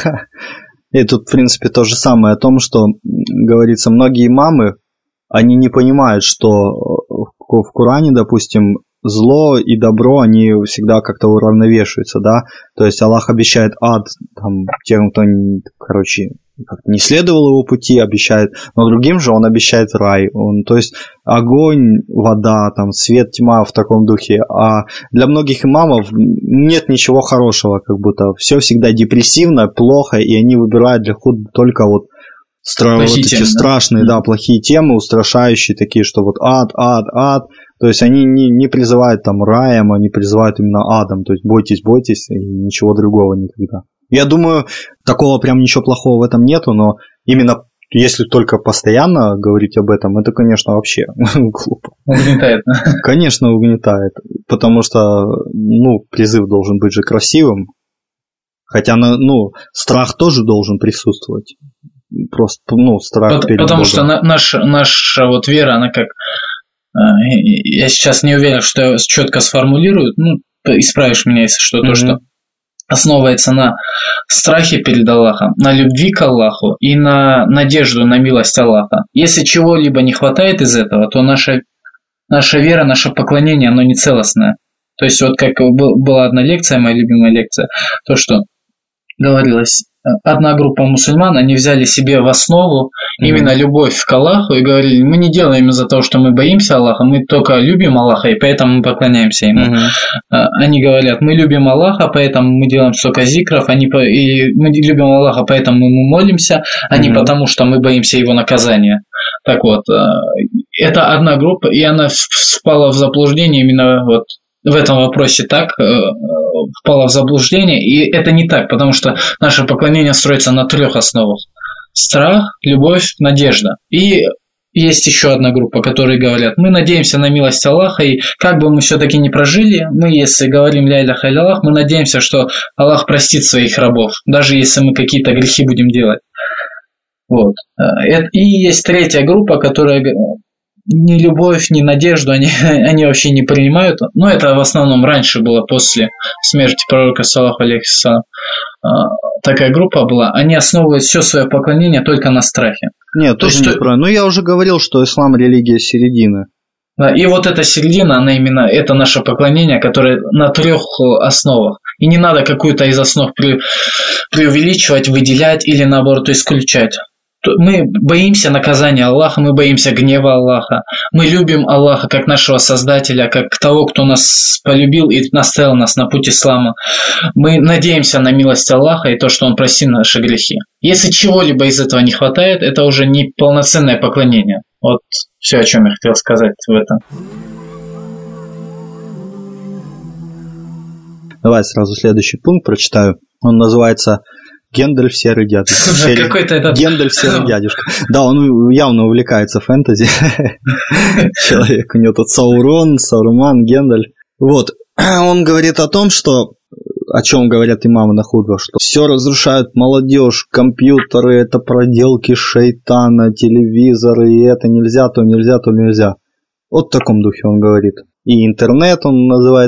И тут, в принципе, то же самое о том, что, говорится, многие имамы, они не понимают, что в Коране, допустим, зло и добро, они всегда как-то уравновешиваются, да, то есть Аллах обещает ад там, тем, кто, как-то не следовал его пути, обещает, но другим же он обещает рай, то есть огонь, вода, там, свет, тьма в таком духе, а для многих имамов нет ничего хорошего, как будто все всегда депрессивно, плохо, и они выбирают для худ только вот вот эти страшные, да, плохие темы, устрашающие такие, что вот ад. То есть они не призывают там раем, они призывают именно адом. То есть бойтесь, и ничего другого никогда. Я думаю, такого прям ничего плохого в этом нету, но именно если только постоянно говорить об этом, это, конечно, вообще глупо. Угнетает. Конечно, угнетает. Потому что, призыв должен быть же красивым. Хотя, страх тоже должен присутствовать. Просто, страх перед Потому Богом. что наша вот вера, она как... Я сейчас не уверен, что я четко сформулирую. Исправишь меня, если что. То, что основывается на страхе перед Аллахом, на любви к Аллаху и на надежду на милость Аллаха. Если чего-либо не хватает из этого, то наша вера, наше поклонение, оно не целостное. То есть, вот как была одна лекция, моя любимая лекция, то, что говорилось... Одна группа мусульман, они взяли себе в основу именно любовь к Аллаху и говорили, мы не делаем из-за того, что мы боимся Аллаха, мы только любим Аллаха, и поэтому мы поклоняемся Ему. Они говорят, мы любим Аллаха, поэтому мы делаем столько зикров, и мы любим Аллаха, поэтому мы молимся, а не потому, что мы боимся Его наказания. Так вот, это одна группа, и она впала в заблуждение именно вот в этом вопросе впала в заблуждение, и это не так, потому что наше поклонение строится на 3 основах. Страх, любовь, надежда. И есть еще одна группа, которые говорят, мы надеемся на милость Аллаха, и как бы мы все-таки не прожили, мы, если говорим ля иляха илляллах, мы надеемся, что Аллах простит своих рабов, даже если мы какие-то грехи будем делать. Вот. И есть 3 группа, которая... Ни любовь, ни надежду они вообще не принимают. Но это в основном раньше было, после смерти пророка, саллаллаху алейхи вассалям. Такая группа была. Они основывают все свое поклонение только на страхе. Нет, тоже неправильно. Я уже говорил, что ислам – религия середины. Да, и вот эта середина, она именно, это наше поклонение, которое на 3 основах. И не надо какую-то из основ преувеличивать, выделять или, наоборот, исключать. Мы боимся наказания Аллаха, мы боимся гнева Аллаха. Мы любим Аллаха как нашего Создателя, как того, кто нас полюбил и наставил нас на путь ислама. Мы надеемся на милость Аллаха и то, что Он простит наши грехи. Если чего-либо из этого не хватает, это уже не полноценное поклонение. Вот все, о чем я хотел сказать в этом. Давай сразу следующий пункт прочитаю. Он называется «Гендальф серый дядюшка». Гендальф серый дядюшка. Да, он явно увлекается фэнтези. Человек, у него тут Саурон, Саурман, Гендальф. Вот. Он говорит о том, что, о чем говорят имамы на хутбах, что все разрушают молодежь, компьютеры, это проделки шайтана, телевизоры, и это нельзя, то нельзя, то нельзя. Вот в таком духе он говорит. И интернет он называет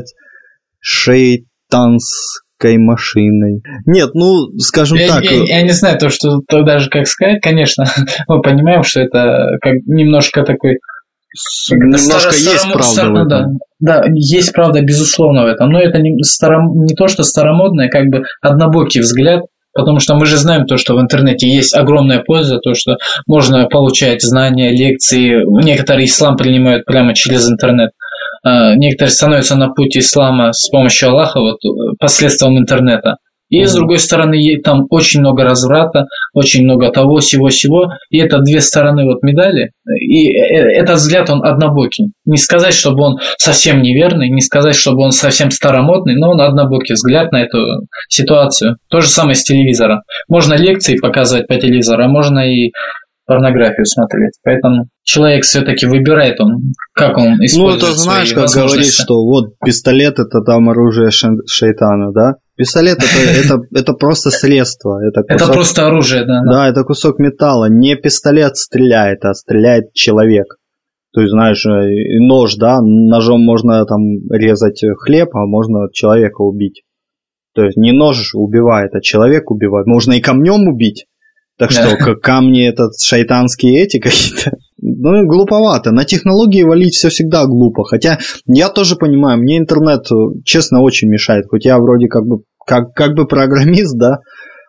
шейтанской машиной. Нет, ну, скажем так. Я не знаю, то даже как сказать, конечно, мы понимаем, что это как немножко такой... Немножко есть правда в этом. Да, есть правда, безусловно, в этом. Но это не то, что старомодное, как бы однобокий взгляд, потому что мы же знаем то, что в интернете есть огромная польза, то, что можно получать знания, лекции. Некоторые ислам принимают прямо через интернет. Некоторые становятся на путь ислама с помощью Аллаха вот, посредством интернета. И с другой стороны, там очень много разврата, очень много того, сего. И это две стороны вот медали. И этот взгляд, он однобокий. Не сказать, чтобы он совсем неверный, не сказать, чтобы он совсем старомодный, но он однобокий взгляд на эту ситуацию. То же самое с телевизором. Можно лекции показывать по телевизору, а можно и порнографию смотреть. Поэтому человек все-таки выбирает, как он использует. Ну, это знаешь, как говорить, что вот пистолет — это там оружие шайтана, да? Пистолет это просто средство. Это просто оружие, да. Да, это кусок металла. Не пистолет стреляет, а стреляет человек. То есть, знаешь, нож, да, ножом можно там резать хлеб, а можно человека убить. То есть не нож убивает, а человек убивает. Можно и камнем убить. Так что камни это шайтанские эти какие-то. Ну, глуповато. На технологии валить все всегда глупо. Хотя я тоже понимаю, мне интернет, честно, очень мешает. Хоть я вроде как бы программист, да.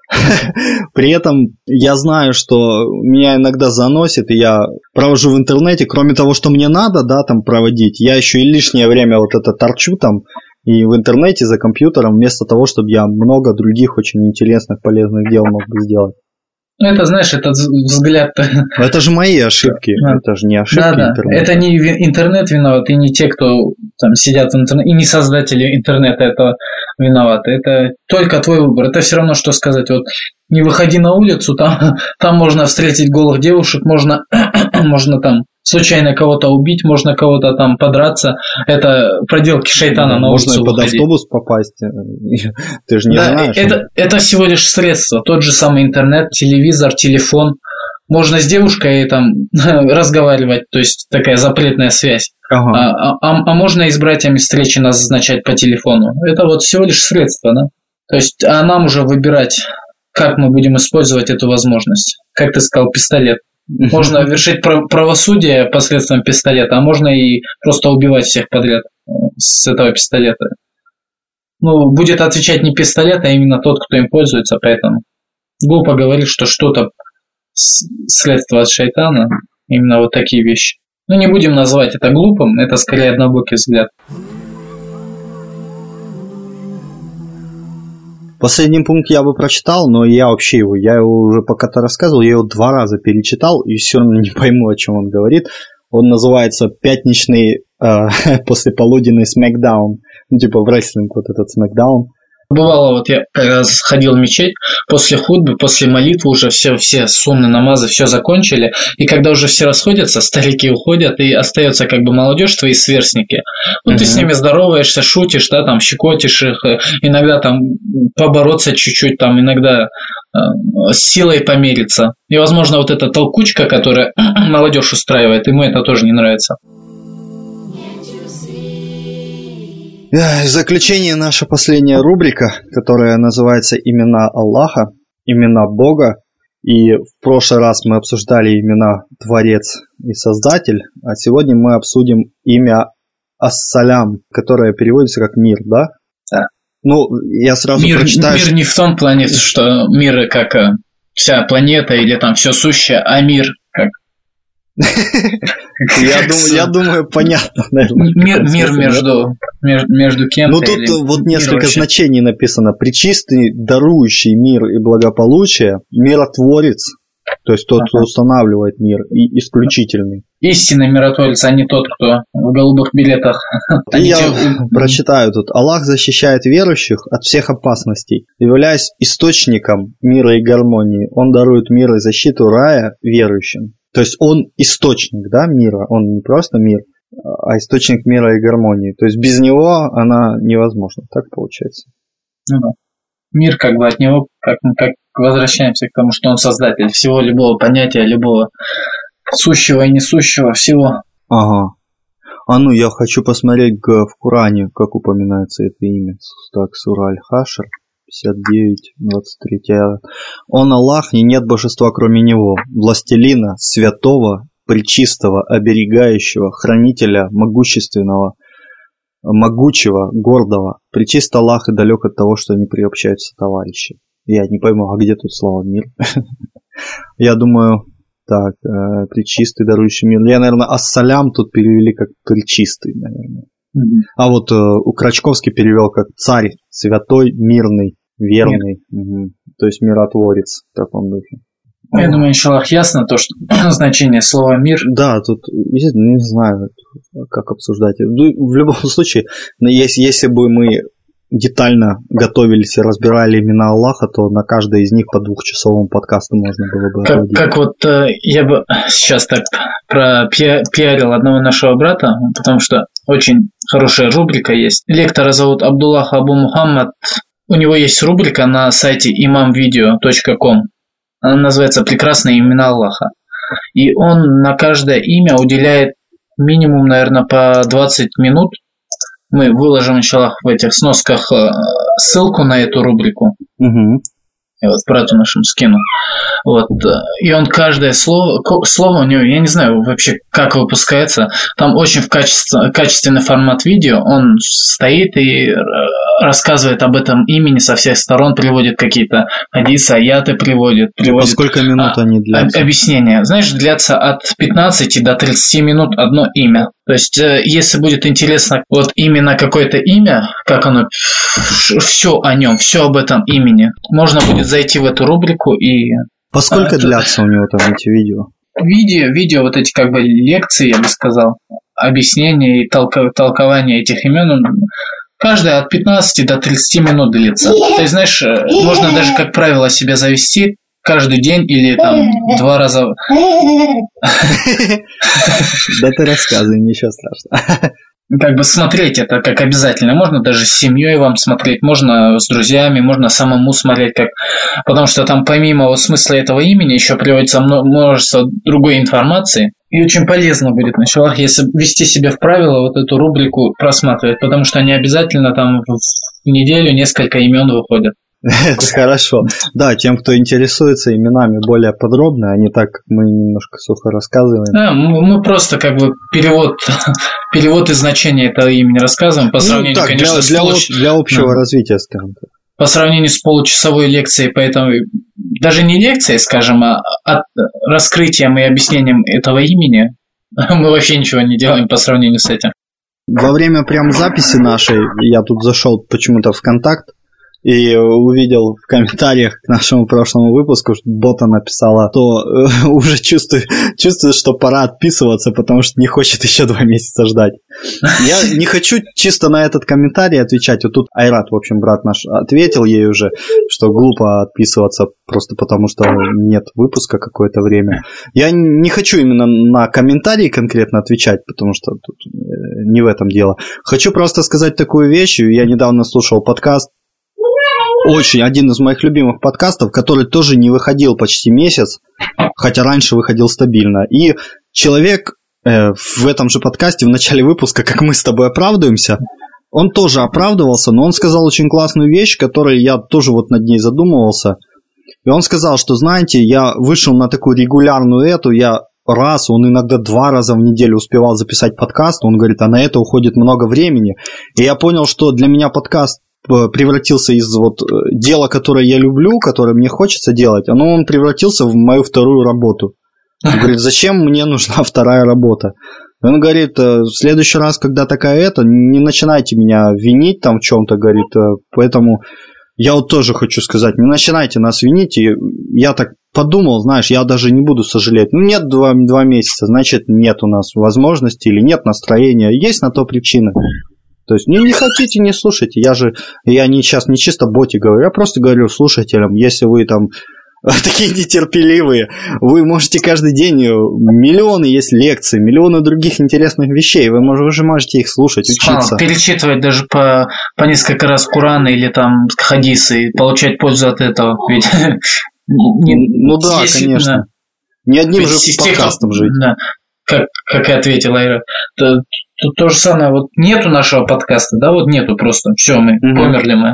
При этом я знаю, что меня иногда заносит, и я провожу в интернете, кроме того, что мне надо, да, там проводить, я еще и лишнее время вот это торчу там и в интернете за компьютером, вместо того, чтобы я много других очень интересных, полезных дел мог бы сделать. Ну, это, знаешь, этот взгляд... Это же мои ошибки, это же не ошибки интернета. Это не интернет виноват, и не те, кто там сидят в интернете, и не создатели интернета этого виноваты. Это только твой выбор. Это все равно, что сказать, вот не выходи на улицу, там можно встретить голых девушек, можно там случайно кого-то убить, можно кого-то там подраться. Это проделки шайтана на улицу. Можно под автобус попасть. Ты же не знаешь. Это всего лишь средство. Тот же самый интернет, телевизор, телефон. Можно с девушкой там разговаривать, то есть такая запретная связь. Ага. А можно и с братьями встречи назначать по телефону. Это вот всего лишь средство, да? То есть, а нам уже выбирать, как мы будем использовать эту возможность. Как ты сказал, пистолет. Можно вершить правосудие посредством пистолета, а можно и просто убивать всех подряд с этого пистолета. Ну, будет отвечать не пистолет, а именно тот, кто им пользуется, поэтому глупо говорить, что что-то средство от шайтана, именно вот такие вещи. Ну, не будем называть это глупым, это скорее однобокий взгляд. Последний пункт я бы прочитал, но я его уже пока ты рассказывал, я его 2 раза перечитал и все равно не пойму, о чем он говорит. Он называется «Пятничный послеполуденный смэкдаун». Ну, типа в рестлинг вот этот смэкдаун. Бывало, вот я когда ходил в мечеть, после хутбы, после молитвы уже все сунны, намазы, все закончили, и когда уже все расходятся, старики уходят, и остается как бы молодежь, твои сверстники. Ну, ты с ними здороваешься, шутишь, да, там, щекотишь их, иногда там побороться чуть-чуть, там, иногда с силой помериться. И, возможно, вот эта толкучка, которая молодежь устраивает, ему это тоже не нравится. В заключение наша последняя рубрика, которая называется «Имена Аллаха», «Имена Бога». И в прошлый раз мы обсуждали имена Творец и Создатель, а сегодня мы обсудим имя Ас-Салям, которое переводится как «мир», да? Да. Ну, я сразу прочитаю... Мир не в том плане, что мир как вся планета или там все сущее, а мир как? Я думаю, понятно, наверное. Мир между кем-то. Ну, тут вот несколько значений написано. Пречистый, дарующий мир и благополучие, миротворец, то есть тот, кто устанавливает мир, и исключительный. Истинный миротворец, а не тот, кто в голубых билетах. Я прочитаю тут. Аллах защищает верующих от всех опасностей, являясь источником мира и гармонии. Он дарует мир и защиту рая верующим. То есть он источник, да, мира, он не просто мир, а источник мира и гармонии. То есть без него она невозможна, так получается. Ну да. Мир как бы от него, как возвращаемся к тому, что он создатель всего, любого понятия, любого сущего и несущего, всего. Ага. А ну, я хочу посмотреть в Коране, как упоминается это имя. Так, сура Аль-Хашр, 59-23. Он Аллах, и нет божества кроме Него, властелина, святого, пречистого, оберегающего, хранителя, могущественного, могучего, гордого. Пречист Аллах и далек от того, что они приобщаются товарищи. Я не пойму, а где тут слово «мир»? Я думаю, так, пречистый, дарующий мир. Я, наверное, ассалям тут перевели как пречистый, наверное. А вот Крачковский перевел как царь, святой, мирный, верный. То есть миротворец в таком духе. Я думаю, иншаллах, ясно то, что значение слова «мир». Да, тут не знаю, как обсуждать. В любом случае, если бы мы детально готовились и разбирали имена Аллаха, то на каждой из них по 2-часовому подкасту можно было бы... Как вот я бы сейчас так пропиарил одного нашего брата, потому что очень хорошая рубрика есть. Лектора зовут Абдуллах Абу Мухаммад. У него есть рубрика на сайте imamvideo.com. Она называется «Прекрасные имена Аллаха». И он на каждое имя уделяет минимум, наверное, по 20 минут. Мы выложим, иншаллах, в этих сносках ссылку на эту рубрику. Я вот брату нашему скину. Вот. И он каждое слово у него, я не знаю вообще, как выпускается. Там очень качественный формат видео. Он стоит и рассказывает об этом имени со всех сторон, приводит какие-то хадисы, аяты приводит. По сколько минут они длятся? Объяснения. Знаешь, длятся от 15 до 30 минут одно имя. То есть, если будет интересно вот именно какое-то имя, как оно, все о нем, все об этом имени, можно будет зайти в эту рубрику и... Поскольку длятся у него там эти видео? Видео, вот эти как бы лекции, я бы сказал, объяснения и толкования этих имен, каждая от 15 до 30 минут длится. То есть, знаешь, можно даже, как правило, себя завести каждый день или там 2 раза... Да ты рассказывай, ничего страшного. Как бы смотреть это как обязательно. Можно даже с семьей вам смотреть, можно с друзьями, можно самому смотреть, как... потому что там помимо вот смысла этого имени еще приводится множество другой информации. И очень полезно будет, иншаллах, если ввести себя в правило вот эту рубрику просматривать, потому что они обязательно там в неделю несколько имен выходят. Это хорошо. Да, тем, кто интересуется именами более подробно, а не так, как мы немножко сухо рассказываем. Да, мы просто как бы перевод и значение этого имени рассказываем по сравнению, так, конечно, для общего развития, скажем так. По сравнению с получасовой лекцией, поэтому даже не лекцией, скажем, а раскрытием и объяснением этого имени мы вообще ничего не делаем по сравнению с этим. Во время прям записи нашей я тут зашел почему-то в контакт и увидел в комментариях к нашему прошлому выпуску, что бота написала, то уже чувствую, что пора отписываться, потому что не хочет еще 2 месяца ждать. Я не хочу чисто на этот комментарий отвечать. Вот тут Айрат, в общем, брат наш, ответил ей уже, что глупо отписываться просто потому, что нет выпуска какое-то время. Я не хочу именно на комментарии конкретно отвечать, потому что тут не в этом дело. Хочу просто сказать такую вещь. Я недавно слушал подкаст, очень один из моих любимых подкастов, который тоже не выходил почти месяц, хотя раньше выходил стабильно. И человек в этом же подкасте в начале выпуска, как мы с тобой оправдываемся, он тоже оправдывался, но он сказал очень классную вещь, которой я тоже вот над ней задумывался. И он сказал, что, знаете, я вышел на такую регулярную он иногда 2 раза в неделю успевал записать подкаст. Он говорит, а на это уходит много времени. И я понял, что для меня подкаст превратился из вот дела, которое я люблю, которое мне хочется делать, он превратился в мою вторую работу. Он говорит, зачем мне нужна вторая работа? Он говорит, в следующий раз, когда такая не начинайте меня винить там в чем-то, говорит, поэтому я вот тоже хочу сказать, не начинайте нас винить, и я так подумал, знаешь, я даже не буду сожалеть. Нет 2 месяца, значит, нет у нас возможности или нет настроения, есть на то причина. То есть не хотите, не слушайте. Я сейчас не чисто боти говорю, я просто говорю слушателям, если вы там такие нетерпеливые, вы можете каждый день, миллионы есть лекций, миллионы других интересных вещей, вы же можете их слушать, учиться. Перечитывать даже по несколько раз Кураны или там хадисы и получать пользу от этого. Ведь ну да, конечно. Не одним же подкастом жить. Да. Как и ответила Ира. Тут то же самое, вот нету нашего подкаста, да, вот нету просто, все, мы померли мы,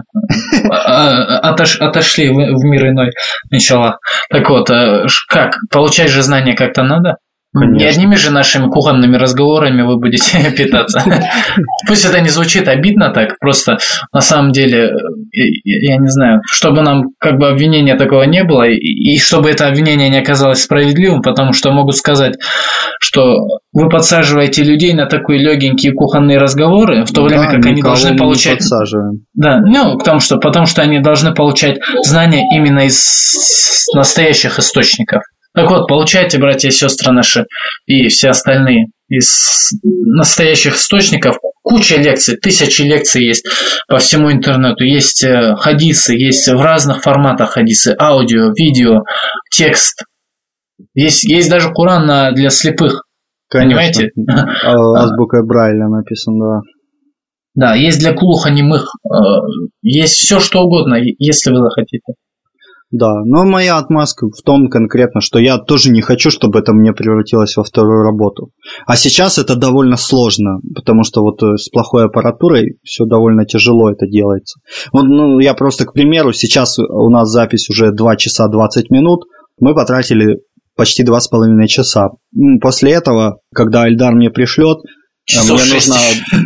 отошли в мир иной, иншаллах. Так вот, как, получать же знания как-то надо? Конечно. Не одними же нашими кухонными разговорами вы будете питаться. Пусть это не звучит обидно так, просто на самом деле, я не знаю, чтобы нам как бы обвинения такого не было, и чтобы это обвинение не оказалось справедливым, потому что могут сказать, что вы подсаживаете людей на такие легенькие кухонные разговоры, в то время как они должны получать... Да, потому что они должны получать знания именно из настоящих источников. Так вот, получайте, братья и сестры наши, и все остальные, из настоящих источников куча лекций, 1000 лекций есть по всему интернету, есть хадисы, есть в разных форматах хадисы, аудио, видео, текст, есть даже Куран для слепых, конечно. Понимаете? Азбукой Брайля написан, да. Да, есть для глухонемых, есть все что угодно, если вы захотите. Да, но моя отмазка в том конкретно, что я тоже не хочу, чтобы это мне превратилось во вторую работу. А сейчас это довольно сложно, потому что вот с плохой аппаратурой все довольно тяжело это делается. Вот, я просто, к примеру, сейчас у нас запись уже 2 часа 20 минут, мы потратили почти 2,5 часа. После этого, когда Эльдар мне пришлет, мне 6. нужно,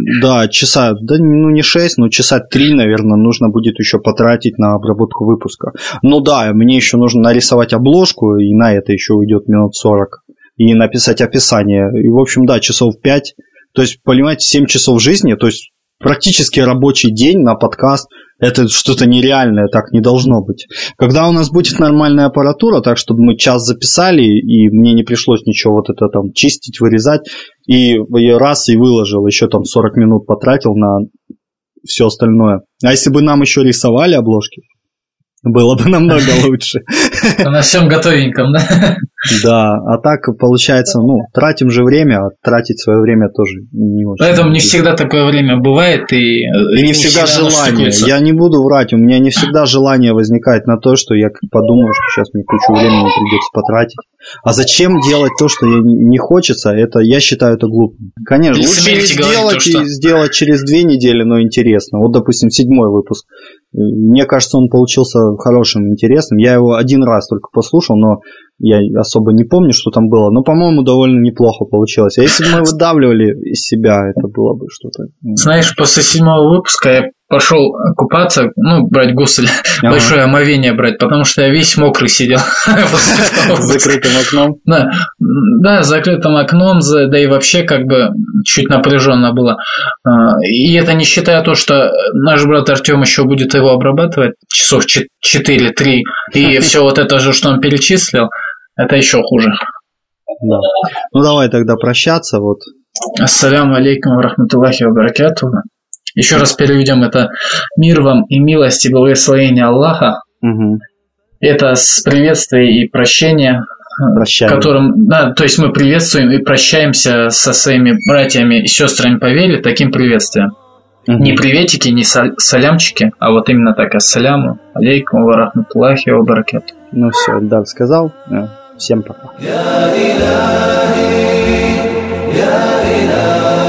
часа, не 6, но часа 3, наверное, нужно будет еще потратить на обработку выпуска. Мне еще нужно нарисовать обложку, и на это еще уйдет минут 40, и написать описание. И, в общем, часов 5, то есть, понимаете, 7 часов жизни, то есть, практически рабочий день на подкаст. Это что-то нереальное, так не должно быть. Когда у нас будет нормальная аппаратура, так чтобы мы час записали, и мне не пришлось ничего вот это там чистить, вырезать, и раз и выложил, еще там 40 минут потратил на все остальное. А если бы нам еще рисовали обложки, было бы намного лучше. На всем готовеньком, да? Да, а так получается, тратим же время, а тратить свое время тоже не очень. Поэтому не всегда такое время бывает, и не всегда желание. Я не буду врать, у меня не всегда желание возникает на то, что я подумаю, что сейчас мне кучу времени придется потратить. А зачем делать то, что не хочется, это я считаю это глупым. Конечно, лучше не сделать и сделать через 2 недели, но интересно. Вот, допустим, 7-й выпуск. Мне кажется, он получился хорошим, интересным. Я его 1 раз только послушал, но я особо не помню, что там было. Но, по-моему, довольно неплохо получилось. А если бы мы выдавливали из себя, это было бы что-то... Знаешь, после 7-го выпуска я пошел купаться, брать гусель, большое омовение брать, потому что я весь мокрый сидел. С закрытым окном? Да, с закрытым окном, да и вообще как бы чуть напряженно было. И это не считая то, что наш брат Артем еще будет его обрабатывать часов 4-3, и все вот это же, что он перечислил, это еще хуже. Да. Давай тогда прощаться. Вот. Ассаляму алейкум ва рахматуллахи ва баракатуху. Еще раз переведем это: мир вам и милость и благословение Аллаха. Угу. Это с приветствия и прощения, которым, то есть мы приветствуем и прощаемся со своими братьями и сестрами по вере таким приветствием. Угу. Не приветики, не салямчики, а вот именно так: ассаляму алейкум ва рахматуллахи ва баракатуху. Все, Эльдар сказал. Всем пока.